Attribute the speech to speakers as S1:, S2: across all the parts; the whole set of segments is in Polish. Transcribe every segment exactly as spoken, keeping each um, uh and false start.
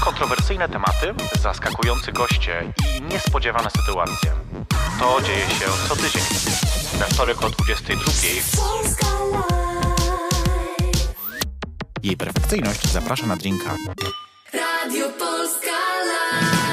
S1: Kontrowersyjne tematy, zaskakujący goście i niespodziewane sytuacje. To dzieje się co tydzień. We wtorek o dwudziestej drugiej. Jej perfekcyjność zaprasza na drinka. Radio Polska Live.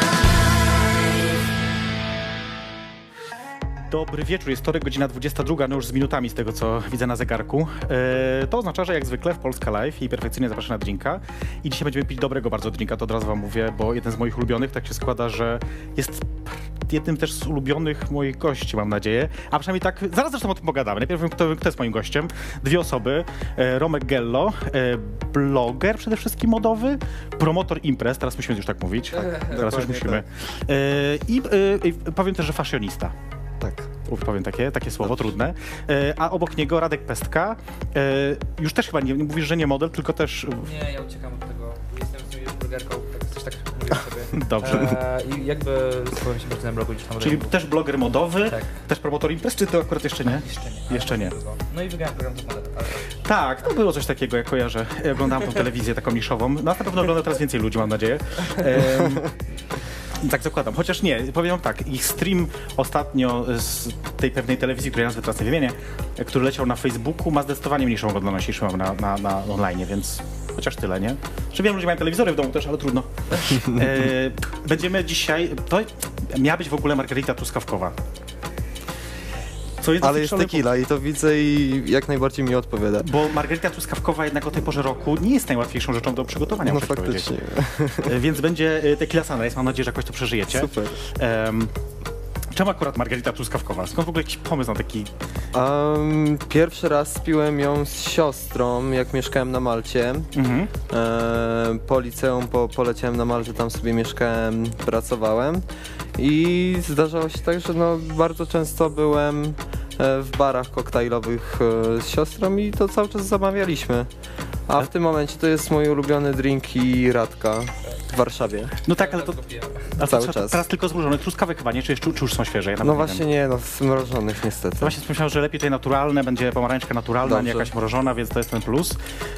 S1: Dobry wieczór, jest wtorek, godzina dwudziesta druga, no już z minutami z tego, co widzę na zegarku. Eee, to oznacza, że jak zwykle w Polska Live i perfekcyjnie zapraszam na drinka. I dzisiaj będziemy pić dobrego bardzo drinka, to od razu wam mówię, bo jeden z moich ulubionych, tak się składa, że jest jednym też z ulubionych moich gości, mam nadzieję. A przynajmniej tak, zaraz zresztą o tym pogadamy. Najpierw wiem, kto, kto jest moim gościem. Dwie osoby. E, Romek Gello, e, bloger przede wszystkim modowy, promotor imprez, teraz musimy już tak mówić. Tak, teraz już musimy. Tak. E, I e, powiem też, że fashionista.
S2: Tak.
S1: Uf, powiem takie, takie słowo Dobrze. trudne. E, a obok niego Radek Pestka. E, już też chyba nie, nie mówisz, że nie model, tylko też...
S3: Nie, ja uciekam od tego. Jestem w sumie już blogerką, tak coś tak mówię sobie.
S1: Dobrze.
S3: E, I jakby spowiem się bardziej na blogu niż na modelu.
S1: Czyli też bloger modowy,
S3: tak. Też
S1: promotor imprez, czy to akurat jeszcze nie?
S3: Jeszcze nie.
S1: Jeszcze nie.
S3: No i wygrałem program z modelem. Ale...
S1: Tak, to było coś takiego, jak kojarzę. Ja oglądałem tą telewizję taką niszową. No, na pewno ogląda teraz więcej ludzi, mam nadzieję. Um, Tak zakładam, chociaż nie, powiem wam tak, ich stream ostatnio z tej pewnej telewizji, której nazwy teraz nie wymienię, który leciał na Facebooku, ma zdecydowanie mniejszą oglądalność niż mam na, na, na online, więc chociaż tyle, nie? Że wielu ludzi mają telewizory w domu też, ale trudno. E, będziemy dzisiaj, to miała być w ogóle Margarita Truskawkowa.
S2: Jest ale jest tequila po... i to widzę i jak najbardziej mi odpowiada.
S1: Bo Margarita Truskawkowa jednak o tej porze roku nie jest najłatwiejszą rzeczą do przygotowania.
S2: No faktycznie.
S1: Więc będzie tequila sunrise, mam nadzieję, że jakoś to przeżyjecie.
S2: Super.
S1: Um, czemu akurat Margarita Truskawkowa? Skąd w ogóle jakiś pomysł na taki...
S2: Um, pierwszy raz piłem ją z siostrą, jak mieszkałem na Malcie. Mhm. E, po liceum po, poleciałem na Maltę, tam sobie mieszkałem, pracowałem. I zdarzało się tak, że no, bardzo często byłem w barach koktajlowych z siostrą i to cały czas zamawialiśmy. A w tym momencie to jest mój ulubiony drink i Radka w Warszawie.
S1: No tak, ale to, ale
S2: cały
S1: to
S2: czas.
S1: Teraz tylko zmrożonych truskawek chyba, nie? Czy, czy, czy już są świeże? Ja
S2: no właśnie nie, no zmrożonych niestety.
S1: To właśnie pomyślałem, że lepiej tutaj naturalne, będzie pomarańczka naturalna, Dobrze. nie jakaś mrożona, więc to jest ten plus.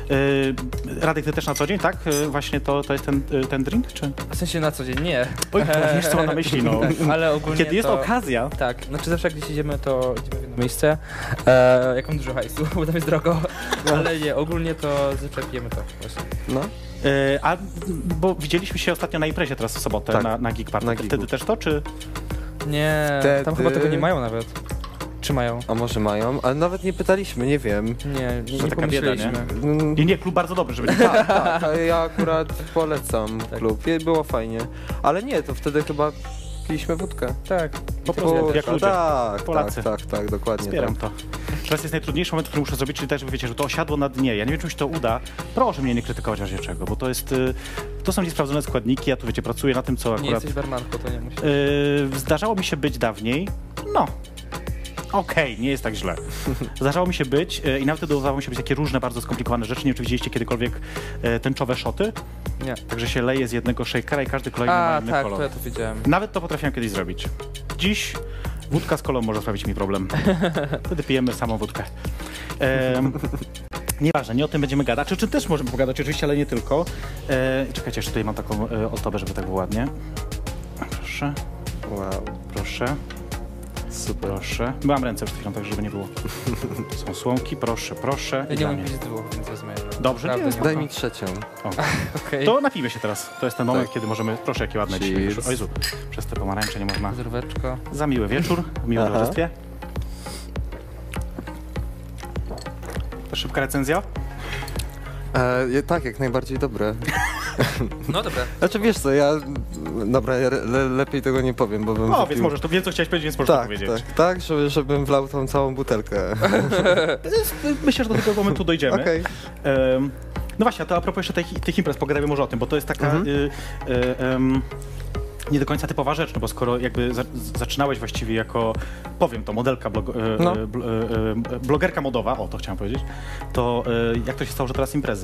S1: Yy, Radek, ty też na co dzień, tak? Yy, właśnie to, to jest ten, yy, ten drink, czy?
S3: W sensie na co dzień nie.
S1: Oj, wiesz co mam na myśli, no.
S3: Tak, ale ogólnie
S1: Kiedy jest
S3: to...
S1: okazja.
S3: Tak, znaczy zawsze jak gdzieś idziemy, to idziemy w jedno miejsce, e, jak mam dużo hajsu, bo tam jest drogo, no. Ale nie, ogólnie to zwykle pijemy to właśnie.
S2: No.
S1: Yy, a, bo widzieliśmy się ostatnio na imprezie teraz w sobotę, tak. na, na Geek Party. Na Wtedy też to, czy?
S3: Nie, Wtedy... tam chyba tego nie mają nawet. Czy mają?
S2: A może mają? Ale nawet nie pytaliśmy, nie wiem.
S3: Nie, nie, nie
S1: taka bieda, nie?
S2: Mm.
S1: nie? Nie, klub bardzo dobry, żeby nie...
S2: Tak, tak, ja akurat polecam tak. klub, było fajnie. Ale nie, to wtedy chyba piliśmy wódkę.
S3: Tak,
S1: po prostu, jak ludzie,
S2: tak,
S1: Polacy.
S2: Tak, tak, tak, dokładnie.
S1: Wspieram
S2: tak.
S1: to. Teraz jest najtrudniejszy moment, który muszę zrobić, czyli też, żeby wiecie, że to osiadło na dnie. Ja nie wiem, czy mi się to uda. Proszę mnie nie krytykować razie czego, bo to jest... To są niesprawdzone składniki, ja tu wiecie, pracuję na tym, co akurat...
S3: Nie jesteś barmanką, to nie musisz.
S1: Yy, zdarzało mi się być dawniej. No. Okej, okay, nie jest tak źle. Zdarzało mi się być yy, i nawet wtedy udawało mi się być takie różne, bardzo skomplikowane rzeczy. Nie wiem, czy widzieliście kiedykolwiek yy, tęczowe szoty?
S3: Nie.
S1: Także się leje z jednego shakera i każdy kolejny
S3: A,
S1: ma inny
S3: tak,
S1: kolor.
S3: to ja to widziałem.
S1: Nawet to potrafiłem kiedyś zrobić. Dziś wódka z kolą może sprawić mi problem. Wtedy pijemy samą wódkę. Ehm, nieważne, nie o tym będziemy gadać. Czy, czy też możemy pogadać oczywiście, ale nie tylko. Ehm, czekajcie, jeszcze tutaj mam taką e, ozdobę, żeby tak było ładnie. Proszę.
S2: Wow.
S1: Proszę.
S2: Super.
S1: Proszę. Myłam ręce przed chwilą, tak żeby nie było. Są słomki, proszę, proszę.
S3: Ja nie mam pić dwóch, więc wezmę jedno.
S1: Dobrze, nie,
S2: daj mi trzecią.
S1: Okay. To napijmy się teraz. To jest ten moment, tak. kiedy możemy... Proszę, jakie ładne dzisiaj. O Jezu, przez te pomarańcze nie można...
S3: Zdróweczko.
S1: Za miły wieczór, w miłym towarzystwie. To szybka recenzja?
S2: E, tak, jak najbardziej dobre.
S3: No dobra.
S2: Znaczy wiesz co, ja... Dobra, ja le, lepiej tego nie powiem, bo bym...
S1: O,
S2: wypił...
S1: więc możesz, to wiem co chciałeś powiedzieć, więc możesz
S2: tak,
S1: to powiedzieć.
S2: Tak, tak, żeby, żebym wlał tą całą butelkę.
S1: Myślę, że do tego momentu dojdziemy.
S2: Okay.
S1: Um, no właśnie, a to a propos jeszcze tych, tych imprez, pogadajmy może o tym, bo to jest taka... Mhm. Y, y, um, nie do końca typowa rzecz, no bo skoro jakby za, zaczynałeś właściwie jako, powiem to, modelka, blog, no. e, bl, e, blogerka modowa, o to chciałem powiedzieć, to e, jak to się stało, że teraz imprezy?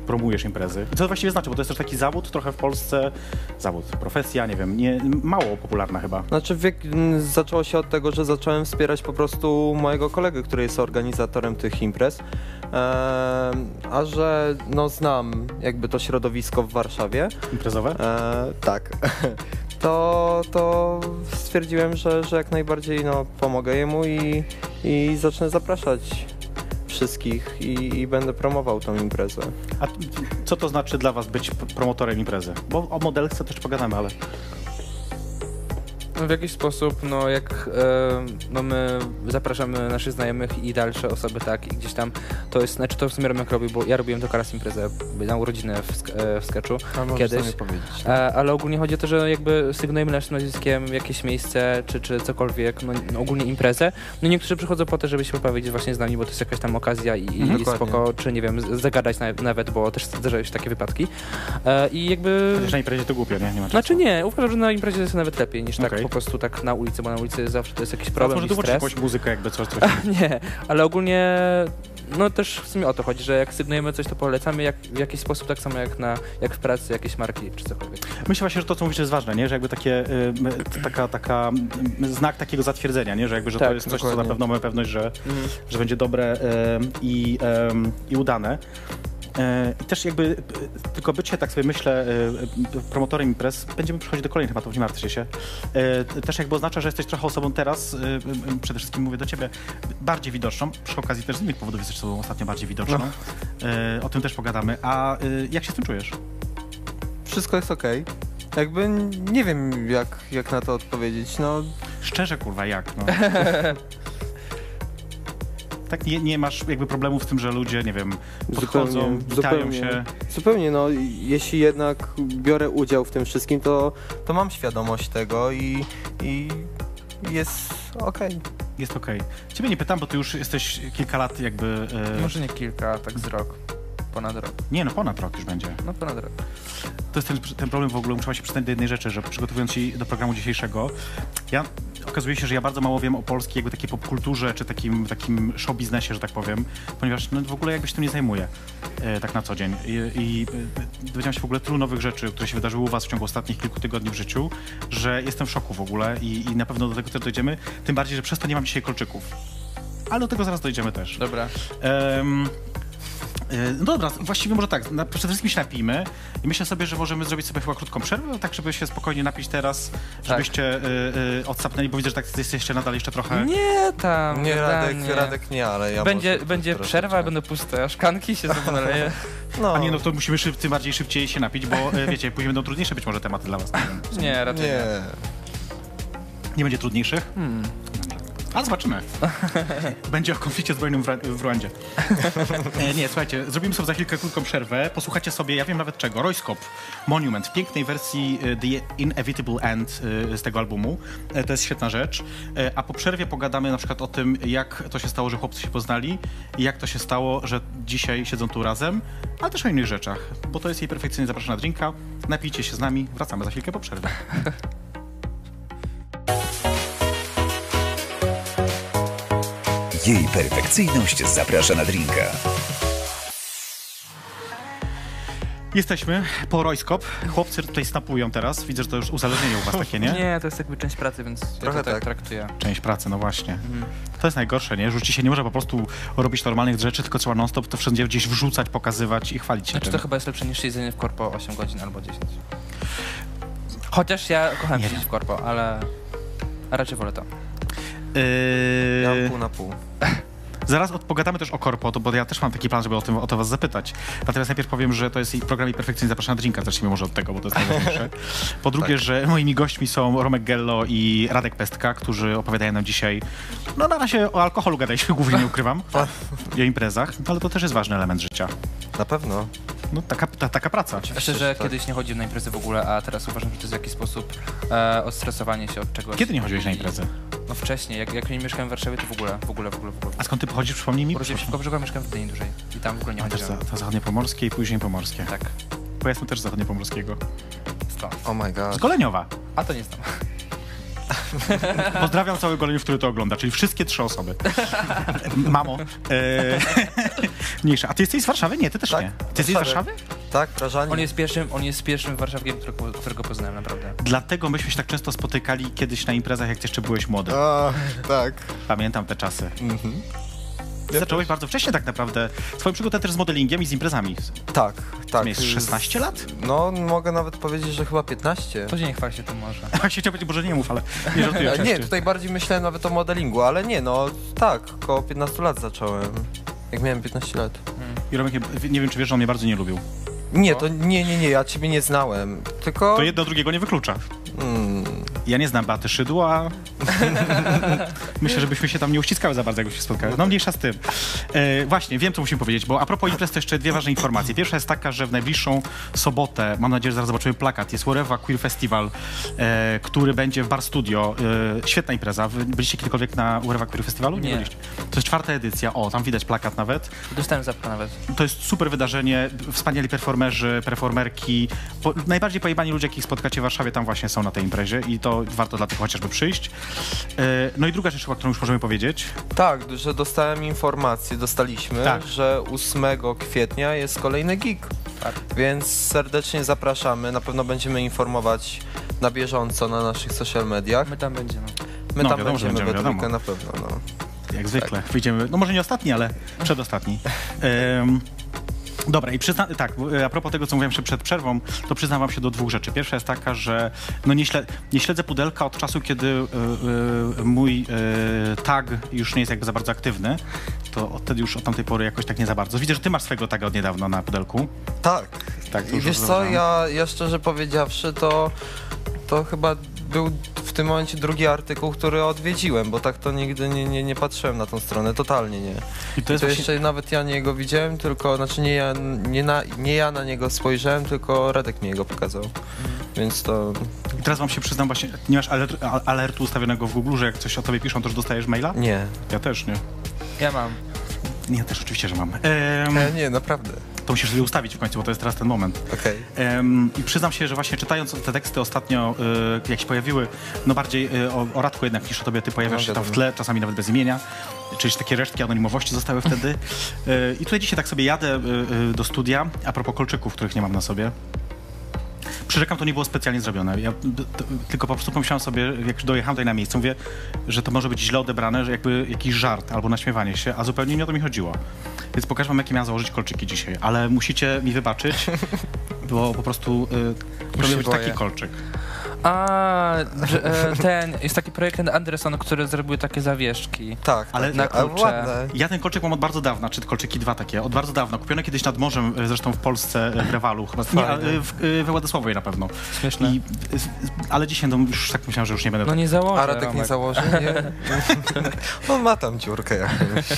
S1: promujesz imprezy. I co to właściwie znaczy? Bo to jest też taki zawód trochę w Polsce, zawód, profesja, nie wiem, nie, mało popularna chyba.
S2: Znaczy wiek, m, zaczęło się od tego, że zacząłem wspierać po prostu mojego kolegę, który jest organizatorem tych imprez. Eee, a że no znam jakby to środowisko w Warszawie.
S1: Imprezowe?
S2: Eee, tak. To, to stwierdziłem, że, że jak najbardziej no, pomogę jemu i, i zacznę zapraszać wszystkich i, i będę promował tą imprezę.
S1: A co to znaczy dla was być p- promotorem imprezy? Bo o modelce też pogadamy, ale...
S3: No w jakiś sposób, no jak e, no my zapraszamy naszych znajomych i dalsze osoby, tak, i gdzieś tam to jest, znaczy to w sumie Romek robił, bo ja robiłem to teraz imprezę na urodzinę w, sk- e, w sketchu kiedyś,
S2: powiedzieć.
S3: e, ale ogólnie chodzi o to, że jakby sygnujemy naszym nazwiskiem jakieś miejsce, czy, czy cokolwiek, no, no ogólnie imprezę. No niektórzy przychodzą po to, żeby się pobawić właśnie z nami, bo to jest jakaś tam okazja i,
S2: Mhm,
S3: i spoko, czy nie wiem, z- zagadać na, nawet, bo też zdarzają się takie wypadki. E, I jakby...
S1: Chociaż na imprezie to głupio, nie? Nie ma czasu.
S3: Znaczy nie, uważam, że na imprezie jest nawet lepiej niż tak
S1: Okej.
S3: po prostu tak na ulicy, bo na ulicy zawsze to jest jakiś
S1: Problem,
S3: problem
S1: może
S3: i
S1: tu włączyć
S3: stres.
S1: jakąś muzykę, jakby coś, coś.
S3: Nie, ale ogólnie no też w sumie o to chodzi, że jak sygnujemy coś, to polecamy jak, w jakiś sposób, tak samo jak, na, jak w pracy jakieś marki czy cokolwiek.
S1: Myślę właśnie, że to, co mówisz, jest ważne, nie? Że jakby takie, y, t- taka, taka y, znak takiego zatwierdzenia, nie? Że jakby, że
S3: Tak,
S1: to jest coś, co
S2: dokładnie.
S1: na pewno mamy pewność, że,
S3: Mhm.
S1: że będzie dobre y, i, y, i udane. E, I też jakby y, tylko bycie, tak sobie myślę, y, y, promotorem imprez, będziemy przechodzić do kolejnych tematów, nie martwcie się. E, też jakby oznacza, że jesteś trochę osobą teraz, y, y, przede wszystkim mówię do ciebie, bardziej widoczną, przy okazji też z innych powodów jesteś osobą ostatnio bardziej widoczną. E, o tym też pogadamy. A y, jak się z tym czujesz?
S2: Wszystko jest okej. Jakby n- nie wiem jak, jak na to odpowiedzieć, no
S1: Szczerze, kurwa, jak? No. Tak nie, nie masz jakby problemów z tym, że ludzie, nie wiem, podchodzą,
S2: Zupełnie,
S1: witają
S2: zupełnie.
S1: się.
S2: Zupełnie, no jeśli jednak biorę udział w tym wszystkim, to, to mam świadomość tego i, i jest okej.
S1: Jest okej. Ciebie nie pytam, bo ty już jesteś kilka lat jakby... E,
S3: Może nie kilka, tak z rok, ponad rok,
S1: nie, no ponad rok już będzie.
S3: no ponad rok.
S1: To jest ten, ten problem w ogóle, muszę się przyznać do jednej rzeczy, że przygotowując się do programu dzisiejszego, ja okazuje się, że ja bardzo mało wiem o polskiej jakby takiej popkulturze, czy takim, takim show biznesie, że tak powiem, ponieważ no, w ogóle jakby się tym nie zajmuję e, tak na co dzień. I, i e, dowiedziałem się w ogóle tylu nowych rzeczy, które się wydarzyły u was w ciągu ostatnich kilku tygodni w życiu, że jestem w szoku w ogóle i, i na pewno do tego też dojdziemy, tym bardziej, że przez to nie mam dzisiaj kolczyków. Ale do tego zaraz dojdziemy też.
S3: Dobra.
S1: Em, e, no dobra, właściwie może tak, na, przede wszystkim się napijmy i myślę sobie, że możemy zrobić sobie chyba krótką przerwę, tak żeby się spokojnie napić teraz, żebyście y, y, odsapnęli, bo widzę, że tak jesteście nadal jeszcze trochę...
S3: Nie tam,
S2: Nie, Radek,
S3: gadanie.
S2: Radek nie, ale ja
S3: Będzie,
S2: może
S3: będzie
S2: troszeczkę.
S3: przerwa, będą puste, a szklanki się znowu naleje.
S2: No,
S1: A nie, no to musimy szyb, tym bardziej szybciej się napić, bo y, wiecie, później będą trudniejsze być może tematy dla was. Nie, wiem.
S3: Nie, raczej nie.
S2: nie.
S1: Nie będzie trudniejszych?
S3: Hmm.
S1: A zobaczymy. Będzie o konflikcie zbrojnym w, Ra- w Ruandzie. E, nie, słuchajcie, zrobimy sobie za chwilkę krótką przerwę. Posłuchacie sobie, ja wiem nawet czego, Royskop Monument w pięknej wersji e, The Inevitable End e, z tego albumu. E, to jest świetna rzecz. E, a po przerwie pogadamy na przykład o tym, jak to się stało, że chłopcy się poznali i jak to się stało, że dzisiaj siedzą tu razem, ale też o innych rzeczach, bo to jest jej perfekcyjnie zapraszana na drinka. Napijcie się z nami, wracamy za chwilkę po przerwie.
S4: Jej perfekcyjność zaprasza na drinka.
S1: Jesteśmy po Royskop. Chłopcy tutaj snapują teraz. Widzę, że to już uzależnienie u was takie, nie?
S3: Nie, to jest jakby część pracy, więc ja
S2: Trochę
S3: to tak
S2: tak.
S3: traktuję.
S1: Część pracy, no właśnie.
S3: Mhm.
S1: To jest najgorsze, nie? Że dzisiaj nie można po prostu robić normalnych rzeczy, tylko trzeba non-stop to wszędzie gdzieś wrzucać, pokazywać i chwalić się
S3: Znaczy
S1: tym.
S3: to chyba jest lepsze niż jedzenie w korpo osiem godzin albo dziesięć. Chociaż ja kocham
S1: Nie
S3: siedzieć w korpo, ale a raczej wolę to.
S2: Ja
S1: Yy,
S2: mam pół na pół.
S1: zaraz od, pogadamy też o korpo, to, bo ja też mam taki plan, żeby o, tym, o to was zapytać. Natomiast najpierw powiem, że to jest jej program i perfekcyjnie zapraszana na drinka. Zacznijmy może od tego, bo to jest najważniejsze. Po drugie,
S2: Tak.
S1: że moimi gośćmi są Romek Gello i Radek Pestka, którzy opowiadają nam dzisiaj, no na razie o alkoholu gadaliśmy głównie, nie ukrywam, i o imprezach, ale to też jest ważny element życia.
S2: Na pewno.
S1: No taka, ta, taka praca.
S3: Szczerze,
S2: tak.
S3: kiedyś nie chodziłem na imprezy w ogóle, a teraz uważam, że to jest w jakiś sposób e, odstresowanie się od czegoś.
S1: Kiedy nie chodziłeś na imprezy?
S3: No wcześniej, jak, jak nie mieszkałem w Warszawie, to w ogóle, w ogóle, w ogóle, w ogóle.
S1: A skąd ty pochodzisz, przypomnij mi?
S3: Urodziłem się w Kołobrzegu, a mieszkałem w Gdyni dłużej. I tam w ogóle nie
S1: A też za,
S3: chodziłem.
S1: to zachodniopomorskie i później pomorskie.
S3: Tak,
S1: Bo ja jestem też z zachodniopomorskiego.
S3: skąd?
S2: Oh my god.
S1: Z Goleniowa.
S3: A to nie znam.
S1: Pozdrawiam cały Goleniów, który to ogląda, czyli wszystkie trzy osoby. Mamo. E, mniejsza. A ty jesteś z Warszawy? Nie, ty też
S2: Tak,
S1: nie. Ty jesteś z Warszawy?
S2: Tak, Prażanie.
S3: On jest pierwszym, on jest pierwszym warszawkiem, którego, którego poznałem, naprawdę.
S1: Dlatego myśmy się tak często spotykali kiedyś na imprezach, jak ty jeszcze byłeś młody.
S2: A, tak.
S1: Pamiętam te czasy.
S2: Mhm.
S1: Zacząłeś bardzo wcześnie tak naprawdę swoją przygodę też z modelingiem i z imprezami.
S2: Tak, tak.
S1: Miałeś szesnaście lat?
S2: No, mogę nawet powiedzieć, że chyba piętnaście.
S3: To nie chwal się tym może.
S1: Właśnie chciałem powiedzieć, może nie mów, ale nie żartuję
S2: Nie,
S1: oczywiście.
S2: tutaj bardziej myślałem nawet o modelingu, ale nie, no tak, około piętnastu lat zacząłem. Jak miałem piętnaście lat.
S1: I Romek, nie, nie wiem, czy wiesz, że on mnie bardzo nie lubił.
S2: Nie, to nie, nie, nie, ja ciebie nie znałem, tylko...
S1: To jedno drugiego nie wyklucza.
S2: Hmm.
S1: Ja nie znam Beaty Szydła. Myślę, żebyśmy się tam nie uściskały za bardzo, jakbyśmy się spotkały. No mniejsza z tym. E, właśnie, wiem, co musimy powiedzieć, bo a propos imprez to jeszcze dwie ważne informacje. Pierwsza jest taka, że w najbliższą sobotę, mam nadzieję, że zaraz zobaczymy plakat, jest Urewa Queer Festival, e, który będzie w Bar Studio. E, świetna impreza. Wy byliście kiedykolwiek na Urewa Queer Festiwalu? Nie,
S3: Nie.
S1: byliście. To jest czwarta edycja. O, tam widać plakat nawet.
S3: Dostałem zapkę nawet.
S1: To jest super wydarzenie, wspaniali performerzy, performerki, po, najbardziej pojebani ludzie, jakich spotkacie w Warszawie, tam właśnie są na tej imprezie i to warto dlatego chociażby przyjść. E, no i druga rzecz, chyba, którą już możemy powiedzieć.
S2: Tak, że dostałem informację, dostaliśmy,
S1: Tak.
S2: że ósmego kwietnia jest kolejny gig.
S3: Tak.
S2: Więc serdecznie zapraszamy, na pewno będziemy informować na bieżąco na naszych social mediach.
S3: My tam będziemy.
S2: My
S1: No,
S2: tam
S1: wiadomo, że
S2: będziemy we
S1: będziemy,
S2: trójkę
S1: wiadomo.
S2: na pewno, no.
S1: Jak zwykle, wyjdziemy, no może nie ostatni, ale przedostatni. Em, Dobra, i przyzna, tak, a propos tego, co mówiłem jeszcze przed przerwą, to przyznam wam się do dwóch rzeczy. Pierwsza jest taka, że no nie, śle, nie śledzę Pudelka od czasu, kiedy y, y, mój y, tag już nie jest jakby za bardzo aktywny. To od wtedy już od tamtej pory jakoś tak nie za bardzo. Widzę, że ty masz swojego taga od niedawna na Pudelku.
S2: Tak.
S1: Tak, to
S2: I
S1: już
S2: wiesz co,
S1: zauważyłem.
S2: ja, ja szczerze powiedziawszy, to, to chyba był w tym momencie drugi artykuł, który odwiedziłem, bo tak to nigdy nie, nie, nie patrzyłem na tą stronę, totalnie nie.
S1: I to
S2: To
S1: jest właśnie...
S2: jeszcze nawet ja nie go widziałem, tylko, znaczy nie ja, nie, na, nie ja na niego spojrzałem, tylko Radek mi jego pokazał. Więc to...
S1: I teraz wam się przyznam właśnie, nie masz alert, al- alertu ustawionego w Google, że jak coś o tobie piszą, to już dostajesz maila?
S2: Nie.
S1: Ja też nie.
S3: Ja mam.
S1: Nie, ja też oczywiście, że mam. Em,
S2: E, nie, naprawdę.
S1: to musisz sobie ustawić w końcu, bo to jest teraz ten moment.
S2: Okej.
S1: Em, I przyznam się, że właśnie czytając te teksty ostatnio, y, jak się pojawiły, no bardziej y, o, o Radku jednak niż o tobie, ty pojawiasz
S2: No,
S1: się tam w
S2: wiadomo.
S1: tle, czasami nawet bez imienia, czyli takie resztki anonimowości zostały wtedy. Y, I tutaj dzisiaj tak sobie jadę y, y, do studia, a propos kolczyków, których nie mam na sobie. Przyrzekam, to nie było specjalnie zrobione. Ja d- d- tylko po prostu pomyślałem sobie, jak dojechałem tutaj na miejsce, mówię, że to może być źle odebrane, że jakby jakiś żart albo naśmiewanie się, a zupełnie nie o to mi chodziło. Więc pokażę wam, jakie miałem założyć kolczyki dzisiaj, ale musicie mi wybaczyć, bo po prostu y, robię być
S2: boję.
S1: taki kolczyk.
S3: A, że, e, ten, jest taki projekt Anderson, który zrobił takie zawieszki.
S2: Tak,
S1: Ale
S2: tak,
S3: na
S2: tak, ale
S3: klucze.
S2: ładne.
S1: Ja ten kolczyk mam od bardzo dawna, czy kolczyki dwa takie, od bardzo dawna. Kupione kiedyś nad morzem, y, zresztą w Polsce, y, w Rewalu chyba. Nie, a, y, w, y, we Władysławowie na pewno.
S3: Śmieszne.
S1: I, y, ale dzisiaj no, już tak myślałem, że już nie będę
S3: No nie założę,
S2: A Radek nie
S3: Romek.
S2: założy, nie? On ma tam dziurkę jakąś.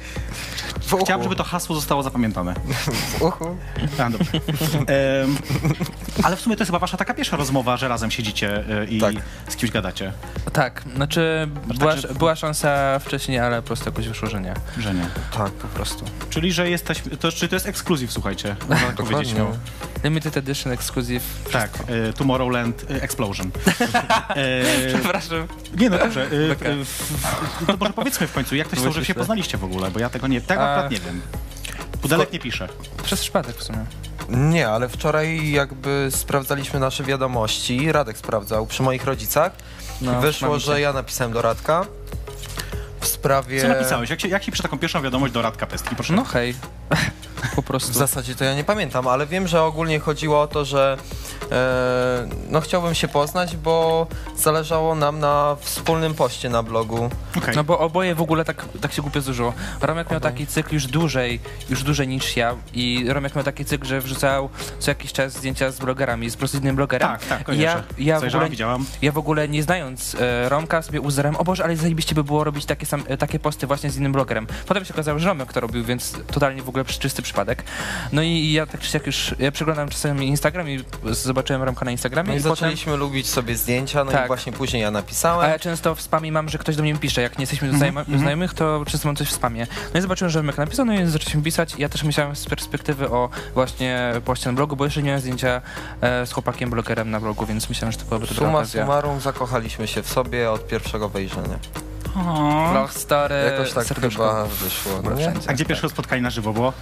S2: W uchu.
S1: Chciałem, żeby to hasło zostało zapamiętane.
S2: W uchu.
S1: A, dobrze. Em, ale w sumie to jest chyba wasza taka pierwsza rozmowa, że razem siedzicie y, i
S2: Tak.
S1: z kimś gadacie,
S3: Tak, znaczy była,
S1: tak, że-
S3: była szansa wcześniej, ale po prostu jakoś wyszło, że nie.
S1: że nie.
S2: Tak.
S3: Po prostu.
S1: Czyli, że jesteś, to, czy to jest ekskluzyw, słuchajcie, można tak powiedzieć. No.
S3: Limited Edition, Exclusive.
S1: Tak, y, Tomorrowland y, Explosion. e,
S3: Przepraszam.
S1: nie, no dobrze. Y,
S3: Taka.
S1: y, to może powiedzmy w końcu, jak to się stało, że się
S3: Wyślę.
S1: poznaliście w ogóle, bo ja tego nie, tego
S3: A-
S1: akurat nie wiem. Pudelek nie pisze.
S3: Przez przypadek w sumie.
S2: Nie, ale wczoraj jakby sprawdzaliśmy nasze wiadomości, Radek sprawdzał przy moich rodzicach.
S3: No,
S2: Wyszło,
S3: mamy
S2: że
S3: cię.
S2: ja napisałem do Radka w sprawie...
S1: Co napisałeś? Jak się, jak się pisze taką pierwszą wiadomość do Radka Pestki? Proszę.
S3: No hej. Po
S2: W
S3: prostu.
S2: zasadzie to ja nie pamiętam, ale wiem, że ogólnie chodziło o to, że e, no chciałbym się poznać, bo zależało nam na wspólnym poście na blogu.
S1: Okej.
S3: No bo oboje w ogóle tak, tak się głupio zużyło. Romek miał taki cykl już dłużej, już dłużej niż ja i Romek miał taki cykl, że wrzucał co jakiś czas zdjęcia z blogerami, z po prostu innym blogerem.
S1: Tak, tak,
S3: I
S1: kojarzę.
S3: ja, ja, w
S1: Zajrzałem,
S3: ogóle,
S1: widziałam.
S3: ja w ogóle nie znając e, Romka sobie uzerem, o Boże, ale zajebiście by było robić takie, sam, e, takie posty właśnie z innym blogerem. Potem się okazało, że Romek to robił, więc totalnie w ogóle czysty przypadek. No i ja tak czy siak już, ja przeglądam czasami Instagram i zobaczyłem zobaczyłem Romka na Instagramie
S2: No i
S3: i potem...
S2: zaczęliśmy lubić sobie zdjęcia, no
S3: Tak.
S2: i właśnie później ja
S3: A
S2: napisałem.
S3: ja często w spamie mam, że ktoś do mnie pisze, jak nie jesteśmy
S1: Mhm,
S3: znajomych,
S1: mhm.
S3: znajomych, to często mam coś w spamie. No i zobaczyłem, że Romek napisał, no i zaczęliśmy pisać. Ja też myślałem z perspektywy o właśnie poście na blogu, bo jeszcze nie miałem zdjęcia e, z chłopakiem blogerem na blogu, więc myślałem, że to byłaby dobra
S2: Summa
S3: okazja.
S2: summarum zakochaliśmy się w sobie od pierwszego wejrzenia.
S3: Vlog story,
S2: Jakoś tak
S3: serduszko.
S2: chyba wyszło, no
S3: Dobra,
S2: nie?
S3: wszędzie.
S1: A gdzie pierwsze spotkanie na żywo było?
S3: E,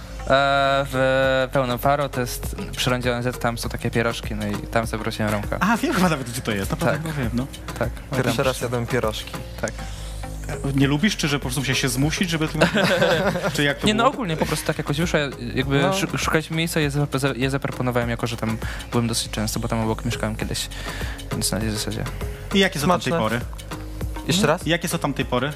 S3: w Pełną Faro, to jest przy rondzie O N Z, tam są takie pierożki, no i tam zaprosiłem Romka.
S1: A, wiem chyba nawet, gdzie to jest. Naprawdę
S3: Tak.
S1: go wiem, no.
S3: Tak. no i
S2: Pierwszy
S3: tam-
S2: raz jadłem pierożki.
S3: Tak.
S1: Nie lubisz, czy że po prostu musiałeś się zmusić, żeby... tu- czy jak to
S3: Nie, no
S1: było?
S3: ogólnie po prostu tak jakoś wyszło, jakby
S2: No.
S3: szu- szukaliśmy miejsca, je, za- je zaproponowałem, jako że tam byłem dosyć często, bo tam obok mieszkałem kiedyś, więc na tej zasadzie.
S1: I jakie są
S2: Smaczne.
S1: tamtej pory?
S2: Jeszcze raz?
S1: I jakie są tamtej pory?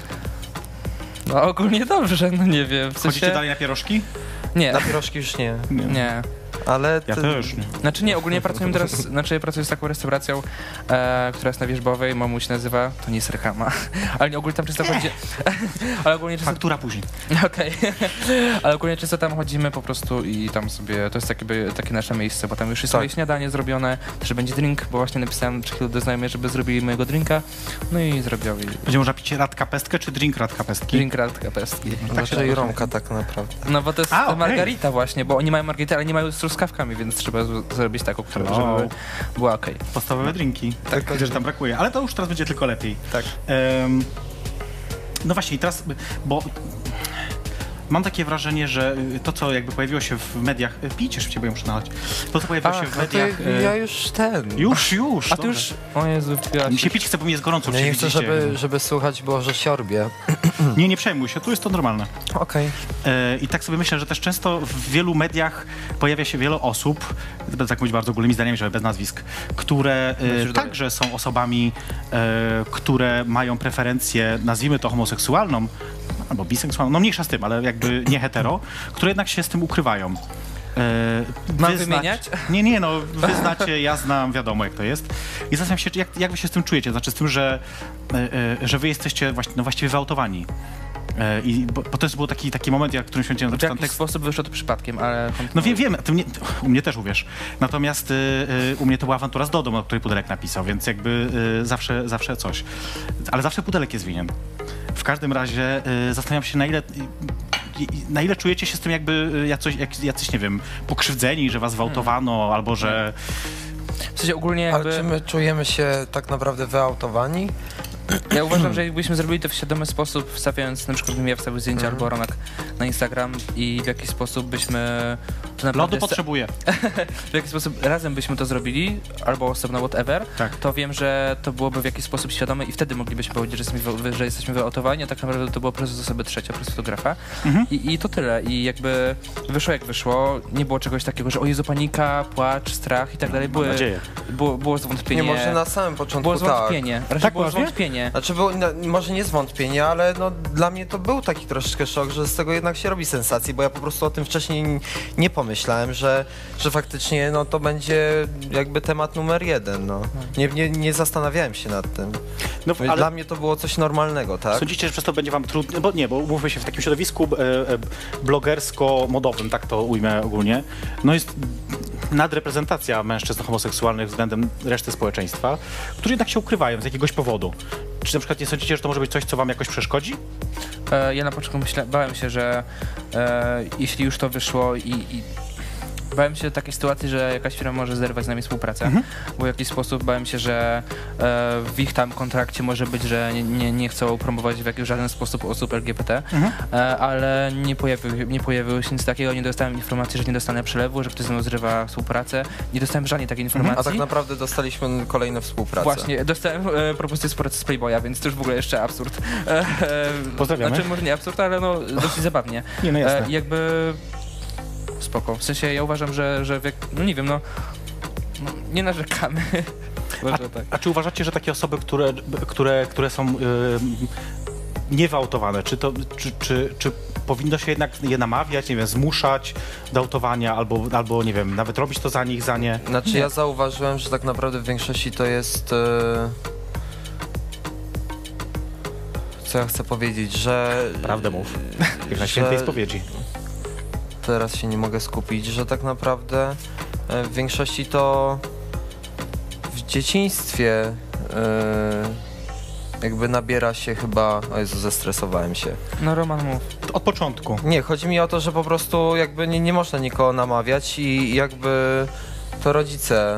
S3: No ogólnie dobrze, no nie wiem, w sensie...
S1: Chodzicie dalej na pierożki?
S3: Nie,
S2: Na pierożki już nie,
S3: nie.
S2: ale...
S1: Ja
S2: ty-
S1: też nie.
S3: Znaczy nie, ogólnie pracujemy teraz, znaczy ja pracuję z taką restauracją, e, która jest na Wierzbowej, Mamuś nazywa, to nie jest reklama, ale nie, ogólnie tam często chodzi, ale ogólnie często,
S1: Faktura później.
S3: okej, ale ogólnie często tam chodzimy po prostu i tam sobie, to jest takie, takie nasze miejsce, bo tam już jest
S2: Tak.
S3: sobie śniadanie zrobione, też będzie drink, bo właśnie napisałem przed chwilą do znajomych, żeby zrobili mojego drinka, no i zrobił i
S1: Będzie można pić radka pestkę, czy drink radka pestki?
S3: drink radka pestki.
S1: Tak się
S2: Raczej
S1: nazywa.
S2: Romka tak naprawdę.
S3: No bo to jest
S1: A,
S3: ta
S1: okej.
S3: margarita właśnie, bo oni mają margaritę, ale nie mają z truskawkami, więc trzeba z- zrobić taką, która,
S1: Wow.
S3: żeby była okej.
S1: Podstawowe drinki. Tak, widzę, że tam brakuje. Ale to już teraz będzie tylko lepiej.
S3: Tak.
S1: Em, no właśnie, i teraz, bo mam takie wrażenie, że to, co jakby pojawiło się w mediach... Pijcie szybciej, bo ja muszę nalać. To, co pojawiło się w
S2: no to
S1: mediach...
S2: ja
S1: e,
S2: już ten...
S1: Już, już.
S3: A ty już, o Jezu, wpiłaś
S1: Mi się pić chce, bo mi jest gorąco.
S2: Ja nie
S1: przecież
S2: chcę,
S1: widzicie.
S2: żeby, żeby słuchać było, że siorbie.
S1: Nie, nie przejmuj się, tu jest to normalne.
S2: Okej.
S1: E, I tak sobie myślę, że też często w wielu mediach pojawia się wiele osób, będę tak mówić bardzo ogólnymi zdaniami, żeby bez nazwisk, które e,
S3: Myślisz, że-
S1: także są osobami, e, które mają preferencję, nazwijmy to homoseksualną, albo biseksualną, no mniejsza z tym, ale jakby nie hetero, które jednak się z tym ukrywają. E,
S3: Mam
S1: wy zna-
S3: wymieniać?
S1: Nie, nie, no wy znacie, ja znam, wiadomo jak to jest. I zastanawiam się, jak, jak wy się z tym czujecie, znaczy z tym, że, e, e, że wy jesteście właśnie, no właściwie wyautowani. E, I, bo, bo to jest był taki, taki moment, jak w którymś momencie
S3: W
S1: napisałem
S3: jaki
S1: tekst.
S3: sposób wyszło to przypadkiem, ale...
S1: No wiem, wiem, ty mnie, u mnie też uwierz. Natomiast y, y, u mnie to była awantura z Dodą, o której Pudelek napisał, więc jakby y, zawsze, zawsze coś. Ale zawsze Pudelek jest winien. W każdym razie y, zastanawiam się, na ile, y, y, na ile czujecie się z tym jakby y, jacoś, jak, jacyś, nie wiem, pokrzywdzeni, że was gwałtowano, albo że...
S3: W sensie ogólnie jakby...
S2: Ale czy my czujemy się tak naprawdę wyautowani?
S3: Ja uważam, że jakbyśmy zrobili to w świadomy sposób, wstawiając na przykład bym ja wstawił zdjęcie
S2: Mhm.
S3: albo Romek na Instagram i w jakiś sposób byśmy to
S1: Lodu
S3: naprawdę
S1: potrzebuje.
S3: w jaki sposób razem byśmy to zrobili, albo osobno, whatever,
S1: Tak.
S3: to wiem, że to byłoby w jakiś sposób świadome i wtedy moglibyśmy powiedzieć, że jesteśmy, wy- że jesteśmy wyautowani, a tak naprawdę to było przez osobę trzecią, przez fotografa.
S1: Mhm.
S3: I, I to tyle. I jakby wyszło jak wyszło, nie było czegoś takiego, że o Jezu, panika, płacz, strach i tak dalej. Były,
S1: nadzieję.
S3: było, było zwątpienie.
S2: Nie, może na samym początku
S3: Było
S2: tak.
S3: zwątpienie. Raczej
S1: Tak,
S3: było
S1: poważnie?
S3: zwątpienie.
S2: Znaczy, było, no, może nie zwątpienie, ale no, dla mnie to był taki troszeczkę szok, że z tego jednak się robi sensacji, bo ja po prostu o tym wcześniej n- nie pomyślałem, że, że faktycznie no, to będzie jakby temat numer jeden. No. Nie, nie, nie zastanawiałem się nad tym.
S1: No,
S2: Dla
S1: ale
S2: mnie to było coś normalnego, tak?
S1: sądzicie, że przez to będzie wam trudno, bo nie, bo umówmy się, w takim środowisku e, e, blogersko-modowym, tak to ujmę ogólnie, no jest nadreprezentacja mężczyzn homoseksualnych względem reszty społeczeństwa, którzy jednak się ukrywają z jakiegoś powodu. Czy na przykład nie sądzicie, że to może być coś, co wam jakoś przeszkodzi?
S3: E, ja na początku myślę, bałem się, że e, jeśli już to wyszło i, i bałem się takiej sytuacji, że jakaś firma może zerwać z nami współpracę,
S1: Mhm.
S3: bo w jakiś sposób bałem się, że e, w ich tam kontrakcie może być, że nie, nie, nie chcą promować w jakiś żaden sposób osób L G B T,
S1: Mhm.
S3: e, ale nie pojawił, nie pojawiło się nic takiego, nie dostałem informacji, że nie dostanę przelewu, że ktoś ze mną zrywa współpracę, nie dostałem żadnej takiej informacji.
S2: A tak naprawdę dostaliśmy kolejne współpracę.
S3: Właśnie, dostałem e, propozycję współpracy z Playboya, więc to już w ogóle jeszcze absurd. E, e,
S1: Pozdrawiamy.
S3: Znaczy, może nie absurd, ale no dosyć zabawnie.
S1: Nie, no jasne.
S3: E, jakby spoko. W sensie ja uważam, że, że jak, no nie wiem, no, no nie narzekamy. Może tak.
S1: A czy uważacie, że takie osoby, które, które, które są y, niewałtowane, czy, to, czy, czy, czy powinno się jednak je namawiać, nie wiem, zmuszać do autowania, albo, albo nie wiem, nawet robić to za nich, za nie?
S2: Znaczy
S3: Nie.
S2: ja zauważyłem, że tak naprawdę w większości to jest... E... Co ja chcę powiedzieć, że...
S1: Prawdę mów, jak na
S2: że-
S1: świętej spowiedzi.
S2: Teraz się nie mogę skupić, że tak naprawdę e, w większości to dzieciństwie yy, jakby nabiera się chyba... O Jezu, zestresowałem się.
S3: No Roman, mów.
S1: Od początku.
S2: Nie, chodzi mi o to, że po prostu jakby nie, nie można nikogo namawiać i jakby to rodzice...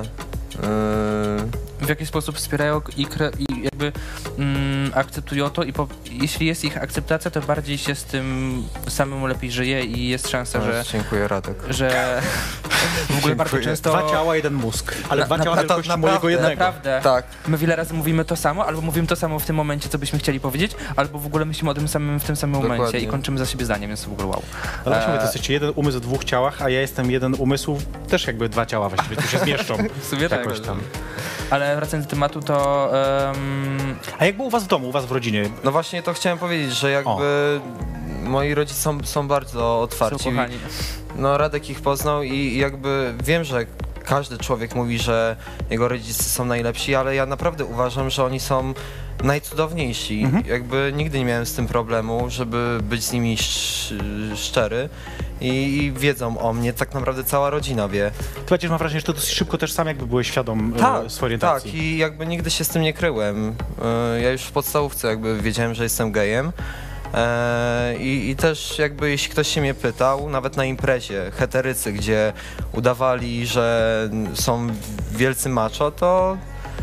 S2: Yy,
S3: w jaki sposób wspierają i, kre, i jakby mm, akceptują to i po, jeśli jest ich akceptacja, to bardziej się z tym samemu lepiej żyje i jest szansa,
S2: no,
S3: że...
S2: Dziękuję, Radek.
S3: Że w ogóle bardzo często...
S1: Dwa ciała, jeden mózg, ale
S3: na,
S1: dwa ciała
S3: na,
S1: wielkości
S2: na,
S1: mojego jednego.
S3: Naprawdę.
S2: Tak.
S3: My wiele razy mówimy to samo, albo mówimy to samo w tym momencie, co byśmy chcieli powiedzieć, albo w ogóle myślimy o tym samym w tym samym
S2: Dokładnie.
S3: momencie i kończymy za siebie zdanie, więc to w ogóle wow.
S1: Ale właśnie, to jesteście jeden umysł w dwóch ciałach, a ja jestem jeden umysł, też jakby dwa ciała właściwie, tu się zmieszczą.
S3: W sumie tak.
S1: Jakoś tam.
S3: Ale wracając do tematu, to... Um...
S1: A jak było u was w domu, u was w rodzinie?
S2: No właśnie to chciałem powiedzieć, że jakby o. moi rodzice są, są bardzo otwarci.
S3: Są kochani.
S2: No Radek ich poznał i jakby wiem, że każdy człowiek mówi, że jego rodzice są najlepsi, ale ja naprawdę uważam, że oni są najcudowniejsi. Mhm. Jakby nigdy nie miałem z tym problemu, żeby być z nimi sz szczery i, i wiedzą o mnie, tak naprawdę cała rodzina wie.
S1: Ty mam wrażenie, że to dosyć szybko też sam jakby byłeś świadom
S2: tak,
S1: e, swojej orientacji.
S2: Tak, i jakby nigdy się z tym nie kryłem. E, ja już w podstawówce jakby wiedziałem, że jestem gejem. Eee, i, I też jakby jeśli ktoś się mnie pytał, nawet na imprezie, heterycy, gdzie udawali, że są wielcy macho, to